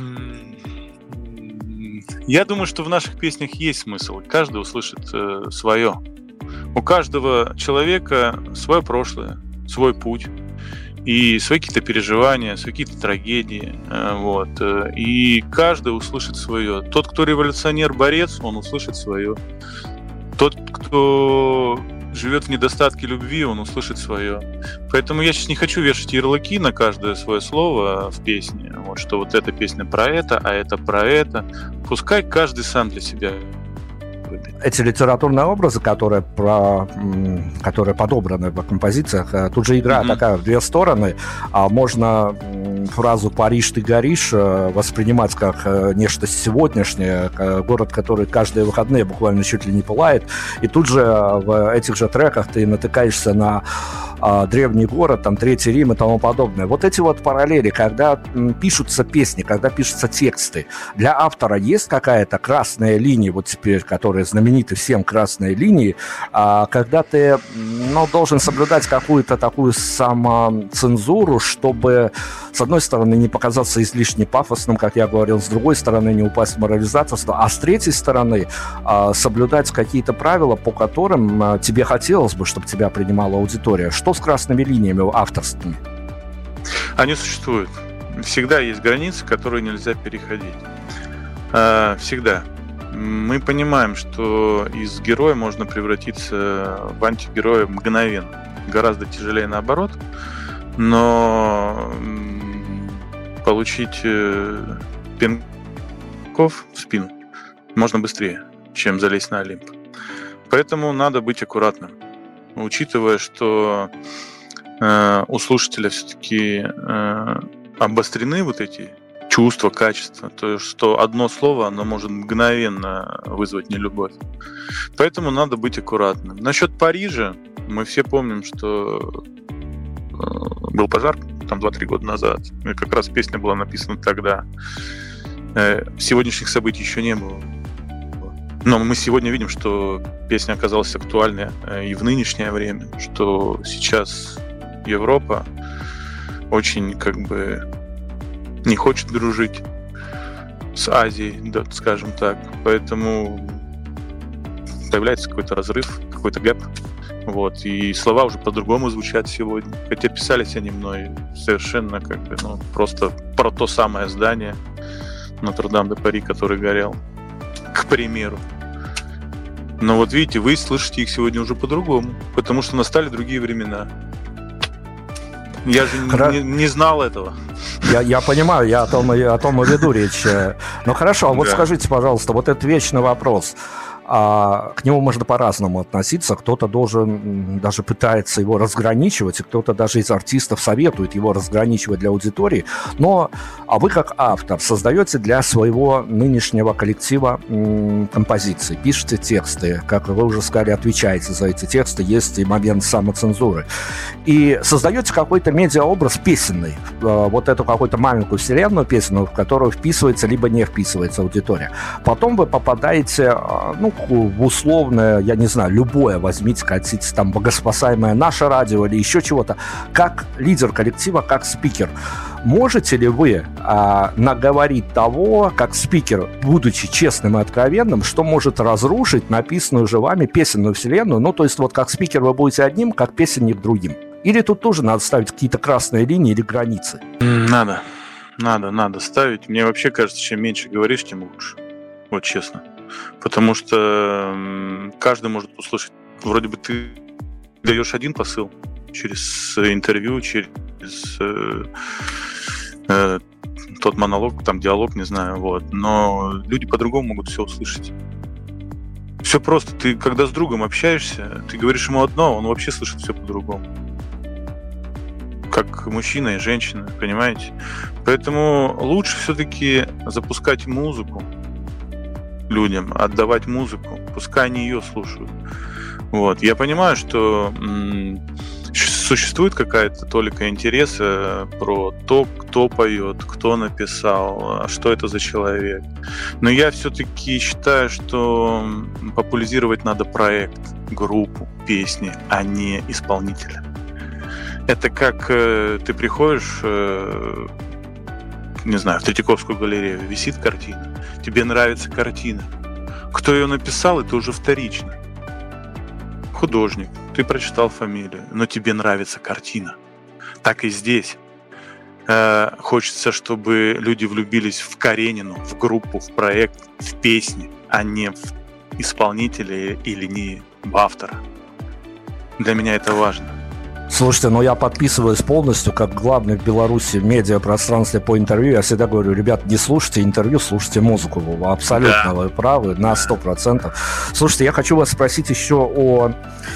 я думаю, что в наших песнях есть смысл. Каждый услышит свое. У каждого человека свое прошлое, свой путь. И свои какие-то переживания, свои какие-то трагедии. И каждый услышит свое. Тот, кто революционер, борец, он услышит свое. Тот, кто живет в недостатке любви, он услышит свое. Поэтому я сейчас не хочу вешать ярлыки на каждое свое слово в песне. Что вот эта песня про это, а это про это. Пускай каждый сам для себя. Эти литературные образы, которые подобраны в композициях, тут же игра такая в две стороны. Можно фразу «Париж, ты горишь» воспринимать как нечто сегодняшнее, город, который каждые выходные буквально чуть ли не пылает. И тут же в этих же треках ты натыкаешься на древний город, там Третий Рим и тому подобное. Вот эти вот параллели, когда пишутся песни, когда пишутся тексты, для автора есть какая-то красная линия, вот теперь, которая знаменита всем красной линией, когда ты должен соблюдать какую-то такую самоцензуру, чтобы, с одной стороны, не показаться излишне пафосным, как я говорил, с другой стороны, не упасть в морализаторство, а с третьей стороны, соблюдать какие-то правила, по которым тебе хотелось бы, чтобы тебя принимала аудитория, что с красными линиями авторскими? Они существуют. Всегда есть границы, которые нельзя переходить. Всегда. Мы понимаем, что из героя можно превратиться в антигероя мгновенно. Гораздо тяжелее наоборот, но получить пинков в спину можно быстрее, чем залезть на Олимп. Поэтому надо быть аккуратным, учитывая, что у слушателя все-таки обострены вот эти чувства, качества, то есть что одно слово, оно может мгновенно вызвать нелюбовь. Поэтому надо быть аккуратным. Насчет Парижа, мы все помним, что был пожар там 2-3 года назад, и как раз песня была написана тогда. Сегодняшних событий еще не было. Но мы сегодня видим, что песня оказалась актуальной и в нынешнее время, что сейчас Европа очень не хочет дружить с Азией, да, скажем так. Поэтому появляется какой-то разрыв, какой-то гэп. Вот. И слова уже по-другому звучат сегодня. Хотя писались они мной совершенно просто про то самое здание Нотр-Дам-де-Пари, который горел, к примеру. Но вот видите, вы слышите их сегодня уже по-другому, потому что настали другие времена. Я же не знал этого. Я понимаю, я о том и веду речь. Ну хорошо, а вот скажите, пожалуйста, вот этот вечный вопрос. К нему можно по-разному относиться. Кто-то даже пытается его разграничивать, и кто-то даже из артистов советует его разграничивать для аудитории. Но вы как автор создаете для своего нынешнего коллектива композиции, пишете тексты, как вы уже сказали, отвечаете за эти тексты, есть и момент самоцензуры. И создаете какой-то медиаобраз песенный, вот эту какую-то маленькую вселенную песенную, в которую вписывается либо не вписывается аудитория. Потом вы попадаете, в условное, я не знаю, любое, возьмите, хотите, там, богоспасаемое наше радио или еще чего-то, как лидер коллектива, как спикер. Можете ли вы наговорить того, как спикер, будучи честным и откровенным, что может разрушить написанную же вами песенную вселенную? Ну, то есть вот как спикер вы будете одним, как песенник другим. Или тут тоже надо ставить какие-то красные линии или границы? Надо ставить. Мне вообще кажется, чем меньше говоришь, тем лучше. Вот честно. Потому что каждый может услышать. Вроде бы ты даешь один посыл через интервью, через тот монолог, там диалог, не знаю, вот. Но люди по-другому могут все услышать. Все просто. Ты когда с другом общаешься, ты говоришь ему одно, он вообще слышит все по-другому. Как мужчина и женщина, понимаете? Поэтому лучше все-таки запускать музыку людям, отдавать музыку, пускай они ее слушают. Вот. Я понимаю, что существует какая-то толика интереса про то, кто поет, кто написал, что это за человек. Но я все-таки считаю, что популяризировать надо проект, группу, песни, а не исполнителя. Это как ты приходишь, не знаю, в Третьяковскую галерею, висит картина, тебе нравится картина. Кто ее написал, это уже вторично. Художник, ты прочитал фамилию, но тебе нравится картина. Так и здесь. Хочется, чтобы люди влюбились в Каренину, в группу, в проект, в песни, а не в исполнителя или не в автора. Для меня это важно. Слушайте, я подписываюсь полностью, как главный в Беларуси медиапространстве по интервью. Я всегда говорю, ребят, не слушайте интервью, слушайте музыку. Абсолютно вы правы, на 100%. Слушайте, я хочу вас спросить еще о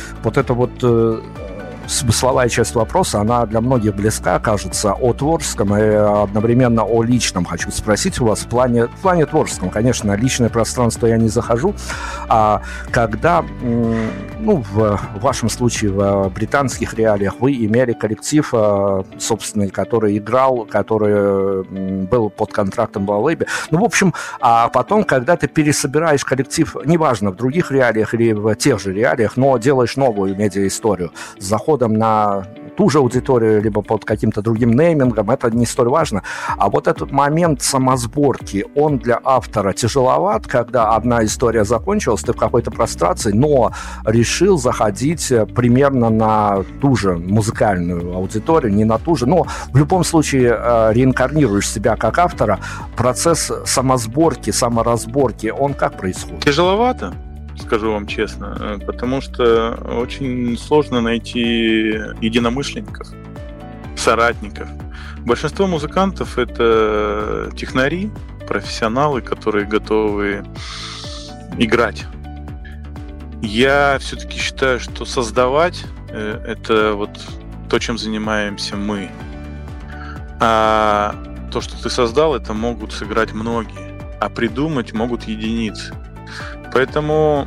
смысловая часть вопроса, она для многих близка, кажется, о творческом и одновременно о личном. Хочу спросить у вас в плане творческом. Конечно, личное пространство я не захожу. А когда, в вашем случае, в британских реалиях вы имели коллектив собственный, который играл, который был под контрактом в лейбле. В общем, а потом, когда ты пересобираешь коллектив, неважно, в других реалиях или в тех же реалиях, но делаешь новую медиа-историю с заходом на ту же аудиторию, либо под каким-то другим неймингом, это не столь важно. А вот этот момент самосборки, он для автора тяжеловат, когда одна история закончилась, ты в какой-то прострации, но решил заходить примерно на ту же музыкальную аудиторию, не на ту же, но в любом случае реинкарнируешь себя как автора. Процесс самосборки, саморазборки, он как происходит? Тяжеловато, скажу вам честно, потому что очень сложно найти единомышленников, соратников. Большинство музыкантов — это технари, профессионалы, которые готовы играть. Я все-таки считаю, что создавать — это вот то, чем занимаемся мы. А то, что ты создал, это могут сыграть многие, а придумать могут единицы. Поэтому,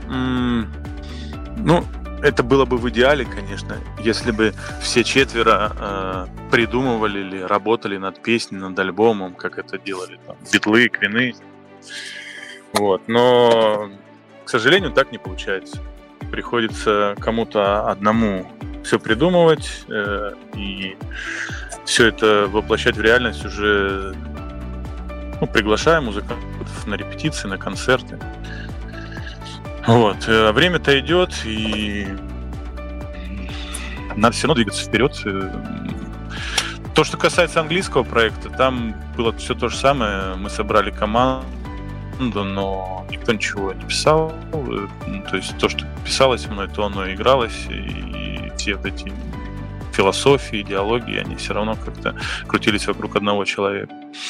это было бы в идеале, конечно, если бы все четверо придумывали или работали над песней, над альбомом, как это делали там Битлы, Квины. Вот. Но, к сожалению, так не получается. Приходится кому-то одному все придумывать и все это воплощать в реальность уже, приглашая музыкантов на репетиции, на концерты. Вот. Время-то идет, и надо все равно двигаться вперед. То, что касается английского проекта, там было все то же самое. Мы собрали команду, но никто ничего не писал. То есть то, что писалось мной, то оно игралось, и все вот эти философии, идеологии, они все равно как-то крутились вокруг одного человека.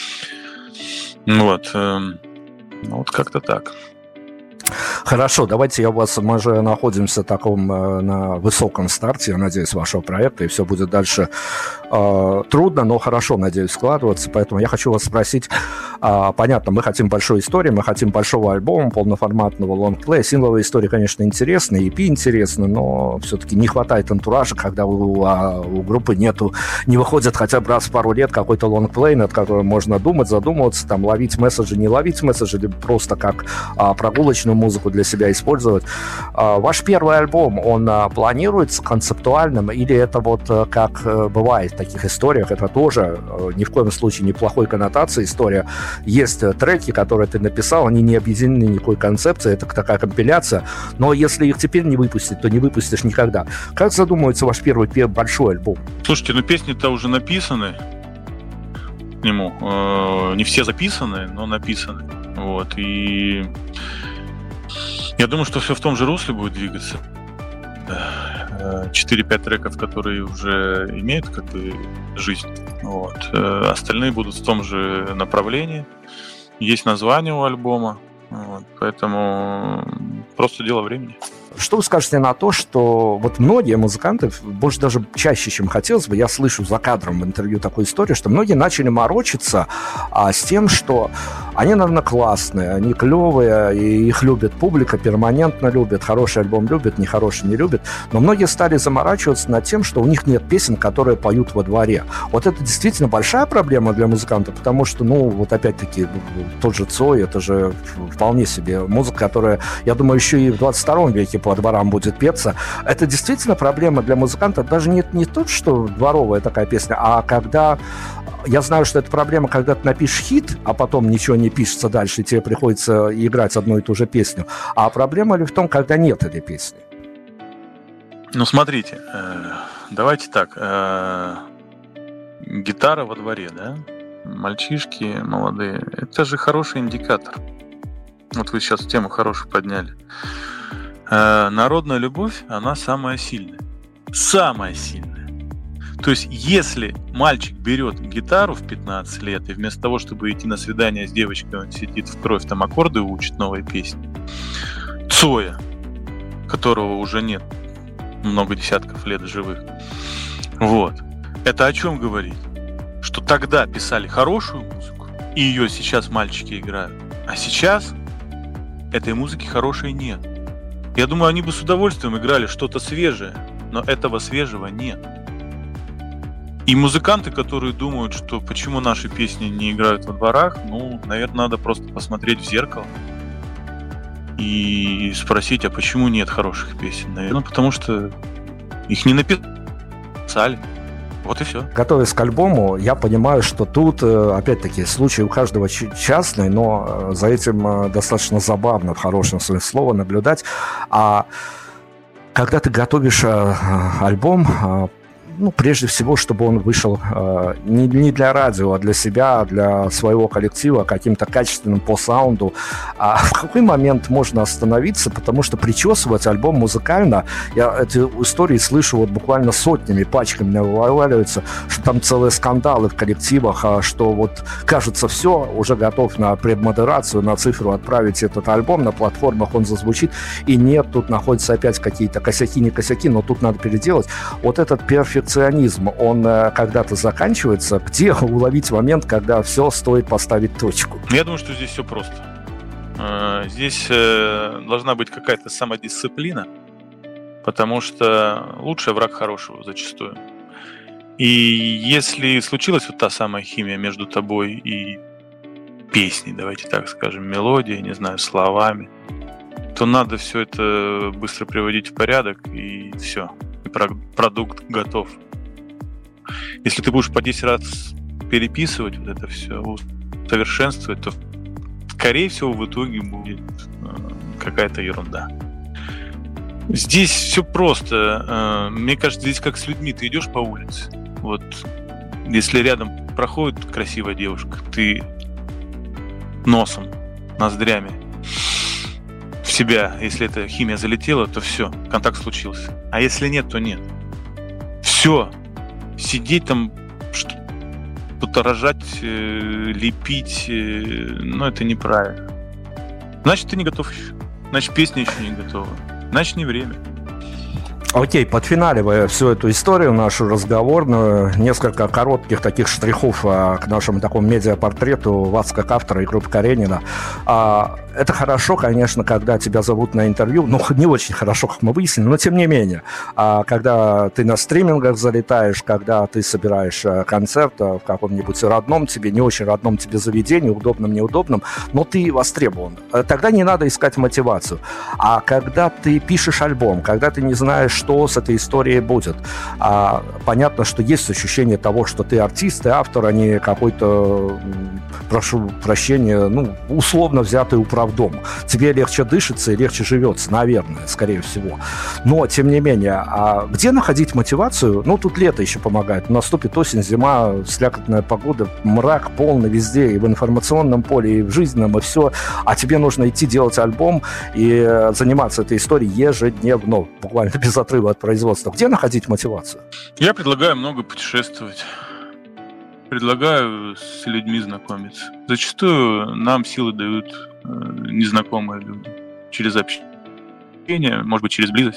Вот. Вот как-то так. Хорошо, давайте мы же находимся в таком на высоком старте, я надеюсь, вашего проекта, и все будет дальше трудно, но хорошо, надеюсь, складываться, поэтому я хочу вас спросить, понятно, мы хотим большой истории, мы хотим большого альбома, полноформатного лонгплея, сингловая история, конечно, интересная, EP интересна, но все-таки не хватает антуража, когда у группы не выходит хотя бы раз в пару лет какой-то лонгплей, над которым можно думать, задумываться, там, ловить месседжи, не ловить месседжи, либо просто как прогулочную музыку для себя использовать. Ваш первый альбом, он планируется концептуальным, или это вот как бывает в таких историях, это тоже ни в коем случае неплохой коннотации история. Есть треки, которые ты написал, они не объединены никакой концепцией, это такая компиляция, но если их теперь не выпустить, то не выпустишь никогда. Как задумывается ваш первый большой альбом? Слушайте, песни-то уже написаны к нему. Не все записаны, но написаны. Вот, и я думаю, что все в том же русле будет двигаться. 4-5 треков, которые уже имеют как бы жизнь. Вот. Остальные будут в том же направлении. Есть название у альбома. Вот. Поэтому просто дело времени. Что вы скажете на то, что вот многие музыканты, может, даже чаще, чем хотелось бы, я слышу за кадром в интервью такую историю, что многие начали морочиться с тем, что они, наверное, классные, они клевые, и их любит публика, перманентно любит, хороший альбом любит, нехороший не любит, но многие стали заморачиваться над тем, что у них нет песен, которые поют во дворе. Вот это действительно большая проблема для музыканта, потому что, вот опять-таки, тот же Цой, это же вполне себе музыка, которая, я думаю, еще и в 22 веке по дворам будет петься. Это действительно проблема для музыканта. Даже не то, что дворовая такая песня, а когда... Я знаю, что это проблема, когда ты напишешь хит, а потом ничего не пишется дальше, и тебе приходится играть одну и ту же песню. А проблема ли в том, когда нет этой песни? Смотрите, давайте так. Гитара во дворе, да? Мальчишки молодые. Это же хороший индикатор. Вот вы сейчас тему хорошую подняли. Народная любовь, она самая сильная. Самая сильная. То есть, если мальчик берет гитару в 15 лет, и вместо того, чтобы идти на свидание с девочкой, он сидит в кровь, там аккорды учит, новые песни. Цоя, которого уже нет много десятков лет живых. Вот. Это о чем говорит? Что тогда писали хорошую музыку, и ее сейчас мальчики играют. А сейчас этой музыки хорошей нет. Я думаю, они бы с удовольствием играли что-то свежее, но этого свежего нет. И музыканты, которые думают, что почему наши песни не играют во дворах, наверное, надо просто посмотреть в зеркало и спросить, а почему нет хороших песен? Наверное, потому что их не написали. Вот и все. Готовясь к альбому, я понимаю, что тут, опять-таки, случай у каждого частный, но за этим достаточно забавно, в хорошем смысле слова, наблюдать. А когда ты готовишь альбом, прежде всего, чтобы он вышел не для радио, а для себя, для своего коллектива, каким-то качественным по саунду. А в какой момент можно остановиться? Потому что причесывать альбом музыкально, я эти истории слышу вот буквально сотнями, пачками меня вываливаются, что там целые скандалы в коллективах, что вот кажется все, уже готов на предмодерацию, на цифру отправить этот альбом, на платформах он зазвучит, и нет, тут находятся опять какие-то косяки, не косяки, но тут надо переделать. Вот этот перфекционизм, он когда-то заканчивается. Где уловить момент, когда все стоит поставить точку? Я думаю, что здесь все просто. Здесь должна быть какая-то самодисциплина, потому что лучший враг хорошего зачастую. И если случилась вот та самая химия между тобой и песней, давайте так скажем, мелодией, не знаю, словами, то надо все это быстро приводить в порядок, и все. И продукт готов. Если ты будешь по 10 раз переписывать вот это все, совершенствовать, то, скорее всего, в итоге будет какая-то ерунда. Здесь все просто. Мне кажется, здесь как с людьми. Ты идешь по улице, вот, если рядом проходит красивая девушка, ты носом, ноздрями в себя, если эта химия залетела, то все, контакт случился. А если нет, то нет. Все. Сидеть там, что-то рожать, лепить, это неправильно. Значит, ты не готов еще. Значит, песня еще не готова. Значит, не время. Окей, подфиналивая всю эту историю нашу разговорную, несколько коротких таких штрихов к нашему такому медиапортрету вас как автора и группы Каренина. Это хорошо, конечно, когда тебя зовут на интервью, не очень хорошо, как мы выяснили, но тем не менее. Когда ты на стримингах залетаешь, когда ты собираешь концерт в каком-нибудь родном тебе, не очень родном тебе заведении, удобном, неудобном, но ты востребован. Тогда не надо искать мотивацию. А когда ты пишешь альбом, когда ты не знаешь, что с этой историей будет, понятно, что есть ощущение того, что ты артист и автор, а не какой-то, прошу прощения, условно взятый управдом. Тебе легче дышится и легче живется, наверное, скорее всего. Но, тем не менее, где находить мотивацию? Тут лето еще помогает. Наступит осень, зима, слякотная погода, мрак полный везде, и в информационном поле, и в жизненном, и все. А тебе нужно идти делать альбом и заниматься этой историей ежедневно, буквально без отрыва от производства. Где находить мотивацию? Я предлагаю много путешествовать. Предлагаю с людьми знакомиться. Зачастую нам силы дают незнакомые люди. Через общение, может быть, через близость.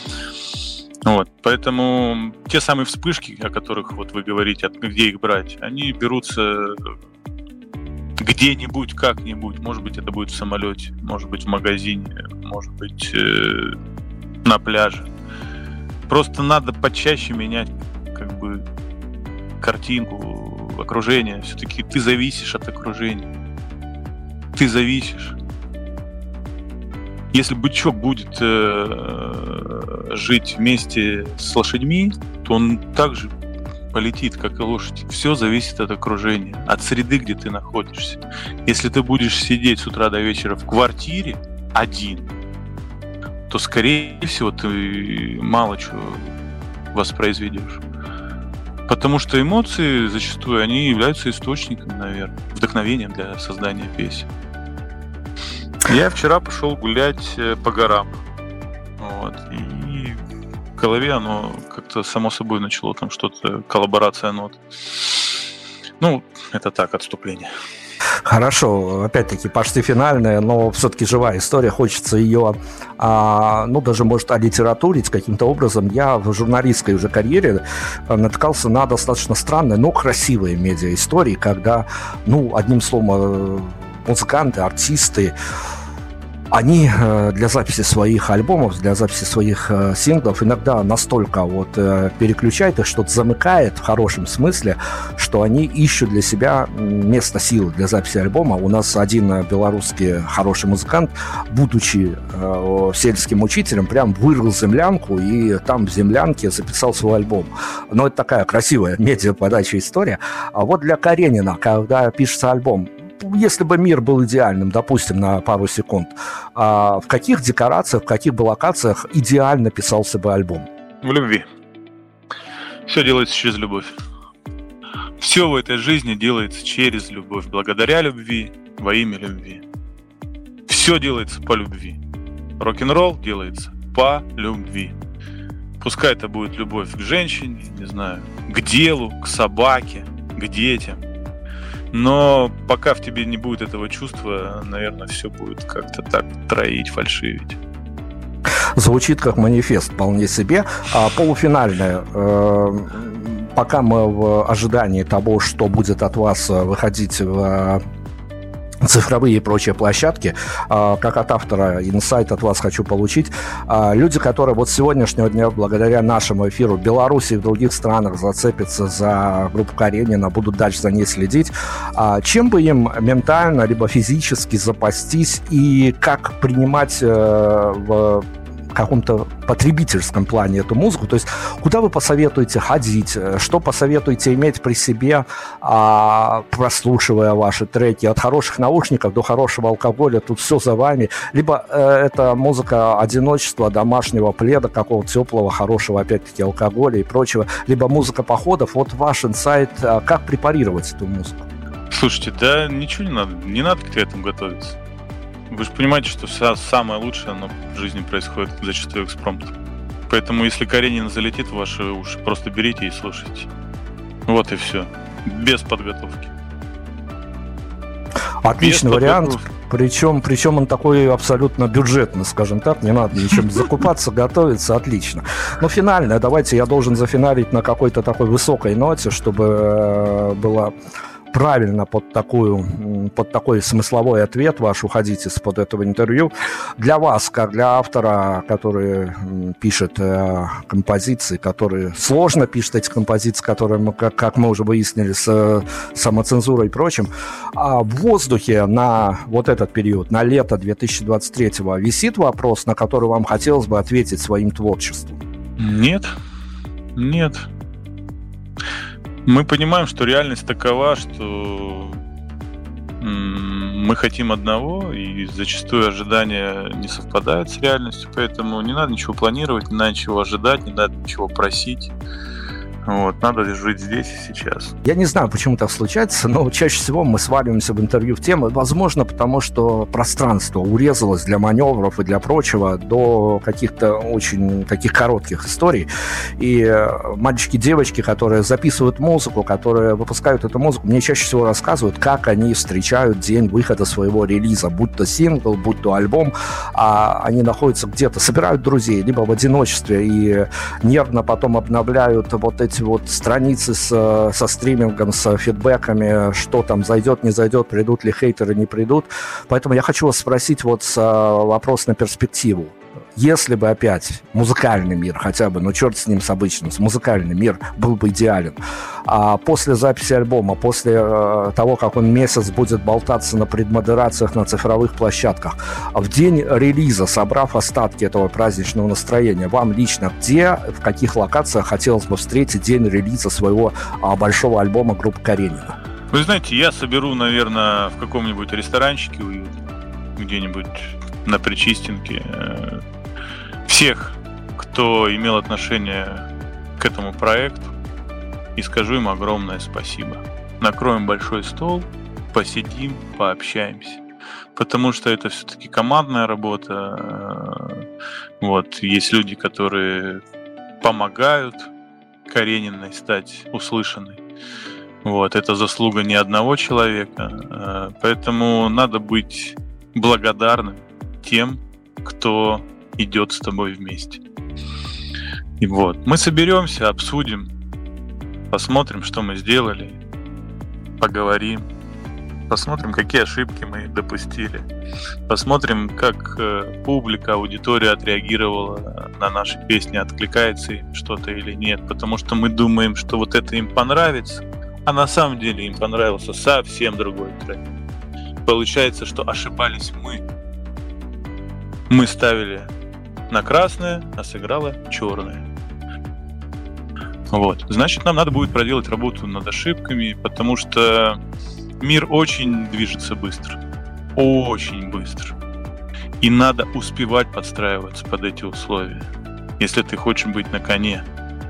Поэтому те самые вспышки, о которых вы говорите, где их брать, они берутся где-нибудь, как-нибудь. Может быть, это будет в самолете, может быть, в магазине, может быть, на пляже. Просто надо почаще менять картинку, окружение. Все-таки ты зависишь от окружения. Ты зависишь. Если бычок будет жить вместе с лошадьми, то он также полетит, как и лошадь. Все зависит от окружения, от среды, где ты находишься. Если ты будешь сидеть с утра до вечера в квартире один, то, скорее всего, ты мало чего воспроизведешь. Потому что эмоции зачастую, они являются источником, наверное, вдохновением для создания песен. Я вчера пошел гулять по горам. И в голове оно как-то само собой начало там что-то, коллаборация нот. Это так, отступление. Хорошо, опять-таки почти финальная, но все-таки живая история, хочется ее, даже, может, олитературить каким-то образом. Я в журналистской уже карьере натыкался на достаточно странные, но красивые медиа-истории, когда, одним словом, музыканты, артисты они для записи своих альбомов, для записи своих синглов иногда настолько вот переключают их, что-то замыкает в хорошем смысле, что они ищут для себя место силы для записи альбома. У нас один белорусский хороший музыкант, будучи сельским учителем, прям вырыл землянку и там в землянке записал свой альбом. Но это такая красивая медиаподача история. А вот для Каренина, когда пишется альбом, если бы мир был идеальным, допустим, на пару секунд, в каких декорациях, в каких бы локациях идеально писался бы альбом? В любви. Все делается через любовь. Все в этой жизни делается через любовь, благодаря любви, во имя любви. Все делается по любви. Рок-н-ролл делается по любви. Пускай это будет любовь к женщине, не знаю, к делу, к собаке, к детям. Но пока в тебе не будет этого чувства, наверное, все будет как-то так троить, фальшивить. Звучит как манифест вполне себе. Полуфинальное. Пока мы в ожидании того, что будет от вас выходить в цифровые и прочие площадки, как от автора инсайт от вас хочу получить. Люди, которые вот с сегодняшнего дня, благодаря нашему эфиру в Беларуси и в других странах зацепятся за группу Каренина, будут дальше за ней следить, чем бы им ментально либо физически запастись и как принимать в каком-то потребительском плане эту музыку, то есть куда вы посоветуете ходить, что посоветуете иметь при себе, прослушивая ваши треки, от хороших наушников до хорошего алкоголя, тут все за вами, либо это музыка одиночества, домашнего пледа, какого-то теплого, хорошего, опять-таки, алкоголя и прочего, либо музыка походов, вот ваш инсайт, как препарировать эту музыку? Слушайте, да ничего не надо к этому готовиться. Вы же понимаете, что самое лучшее оно в жизни происходит зачастую экспромт. Поэтому, если Каренин залетит в ваши уши, просто берите и слушайте. Вот и все. Без подготовки. Отличный вариант. Причем он такой абсолютно бюджетный, скажем так. Не надо ничем закупаться, готовиться. Отлично. Но финальное. Давайте я должен зафиналить на какой-то такой высокой ноте, чтобы было правильно под такой смысловой ответ ваш уходить из-под этого интервью. Для вас, как для автора, который пишет композиции, который сложно пишет эти композиции, которые, как мы уже выяснили, с самоцензурой и прочим, в воздухе на вот этот период, на лето 2023-го, висит вопрос, на который вам хотелось бы ответить своим творчеством? Нет. Мы понимаем, что реальность такова, что мы хотим одного, и зачастую ожидания не совпадают с реальностью, поэтому не надо ничего планировать, не надо ничего ожидать, не надо ничего просить. Вот, надо жить здесь и сейчас. Я не знаю, почему так случается, но чаще всего мы сваливаемся в интервью в темы, возможно, потому что пространство урезалось для маневров и для прочего до каких-то очень таких коротких историй. И мальчики, девочки, которые записывают музыку, которые выпускают эту музыку, мне чаще всего рассказывают, как они встречают день выхода своего релиза, будь то сингл, будь то альбом, а они находятся где-то, собирают друзей, либо в одиночестве и нервно потом обновляют вот эти вот страницы со стримингом, с фидбэками, что там зайдет, не зайдет, придут ли хейтеры, не придут. Поэтому я хочу вас спросить вот вопрос на перспективу. Если бы опять музыкальный мир хотя бы, ну черт с ним с обычным, музыкальный мир был бы идеален, а после записи альбома, после того, как он месяц будет болтаться на предмодерациях на цифровых площадках, в день релиза, собрав остатки этого праздничного настроения, вам лично где, в каких локациях хотелось бы встретить день релиза своего большого альбома группы Каренина? Вы знаете, я соберу, наверное, в каком-нибудь ресторанчике уютном, где-нибудь на Причистенке, всех, кто имел отношение к этому проекту, и скажу им огромное спасибо. Накроем большой стол, посидим, пообщаемся. Потому что это все-таки командная работа. Вот, есть люди, которые помогают Карениной стать услышанной. Вот, это заслуга не одного человека. Поэтому надо быть благодарным тем, кто идет с тобой вместе. И вот, мы соберемся, обсудим, посмотрим, что мы сделали, поговорим. Посмотрим, какие ошибки мы допустили. Посмотрим, как публика, аудитория отреагировала на наши песни, откликается им что-то или нет. Потому что мы думаем, что вот это им понравится, а на самом деле им понравился совсем другой трек. Получается, что ошибались мы. Мы ставили на красное, а сыграло черное. Вот. Значит, нам надо будет проделать работу над ошибками, потому что мир очень движется быстро. Очень быстро. И надо успевать подстраиваться под эти условия, если ты хочешь быть на коне.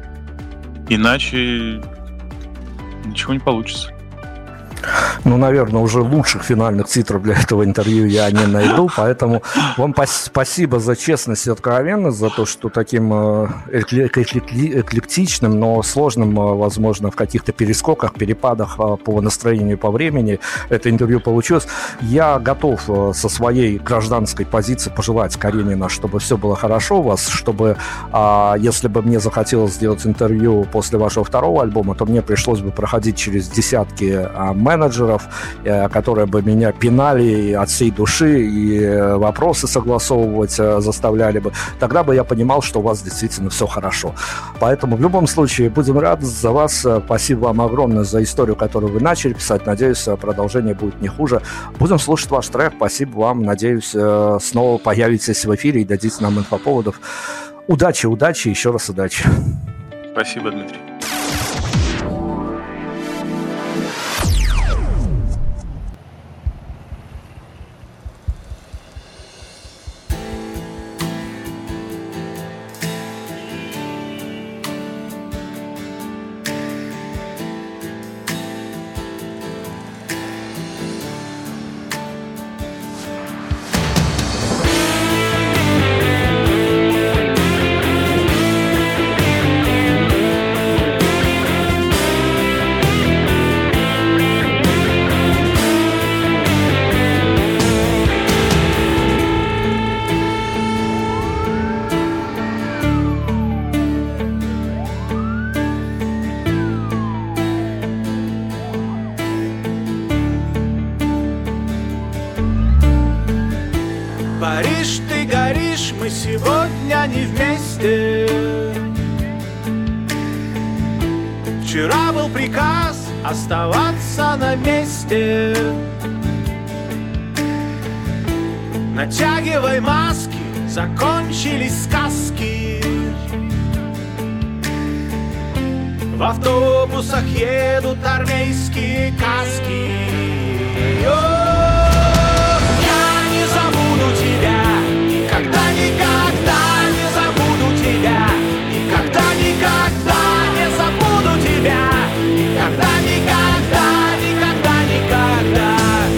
Иначе ничего не получится. Ну, наверное, уже лучших финальных титров для этого интервью я не найду, поэтому вам спасибо за честность и откровенность, за то, что таким эклектичным, но сложным, возможно, в каких-то перескоках, перепадах по настроению и по времени это интервью получилось. Я готов со своей гражданской позиции пожелать, Каренина, чтобы все было хорошо у вас, чтобы, если бы мне захотелось сделать интервью после вашего второго альбома, то мне пришлось бы проходить через десятки менеджеров, которые бы меня пинали от всей души и вопросы согласовывать заставляли бы. Тогда бы я понимал, что у вас действительно все хорошо. Поэтому в любом случае будем рады за вас. Спасибо вам огромное за историю, которую вы начали писать. Надеюсь, продолжение будет не хуже. Будем слушать ваш трек. Спасибо вам. Надеюсь, снова появитесь в эфире и дадите нам инфоповодов. Удачи, удачи, еще раз удачи. Спасибо, Дмитрий. Париж, ты горишь, мы сегодня не вместе. Вчера был приказ оставаться на месте. Натягивай маски, закончились сказки. В автобусах едут армейские каски. Тебя, никогда, никогда не забуду тебя, никогда, никогда не забуду тебя, никогда, никогда, никогда, никогда.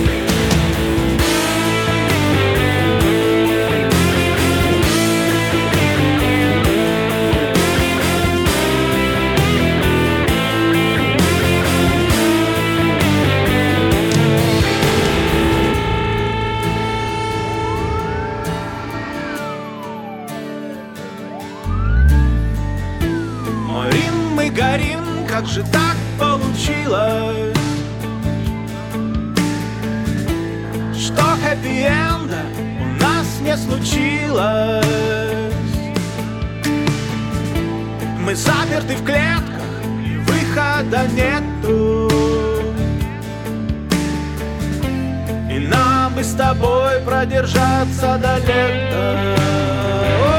Горим, как же так получилось, что хэппи-энда у нас не случилось. Мы заперты в клетках, и выхода нету, и нам бы с тобой продержаться до лета.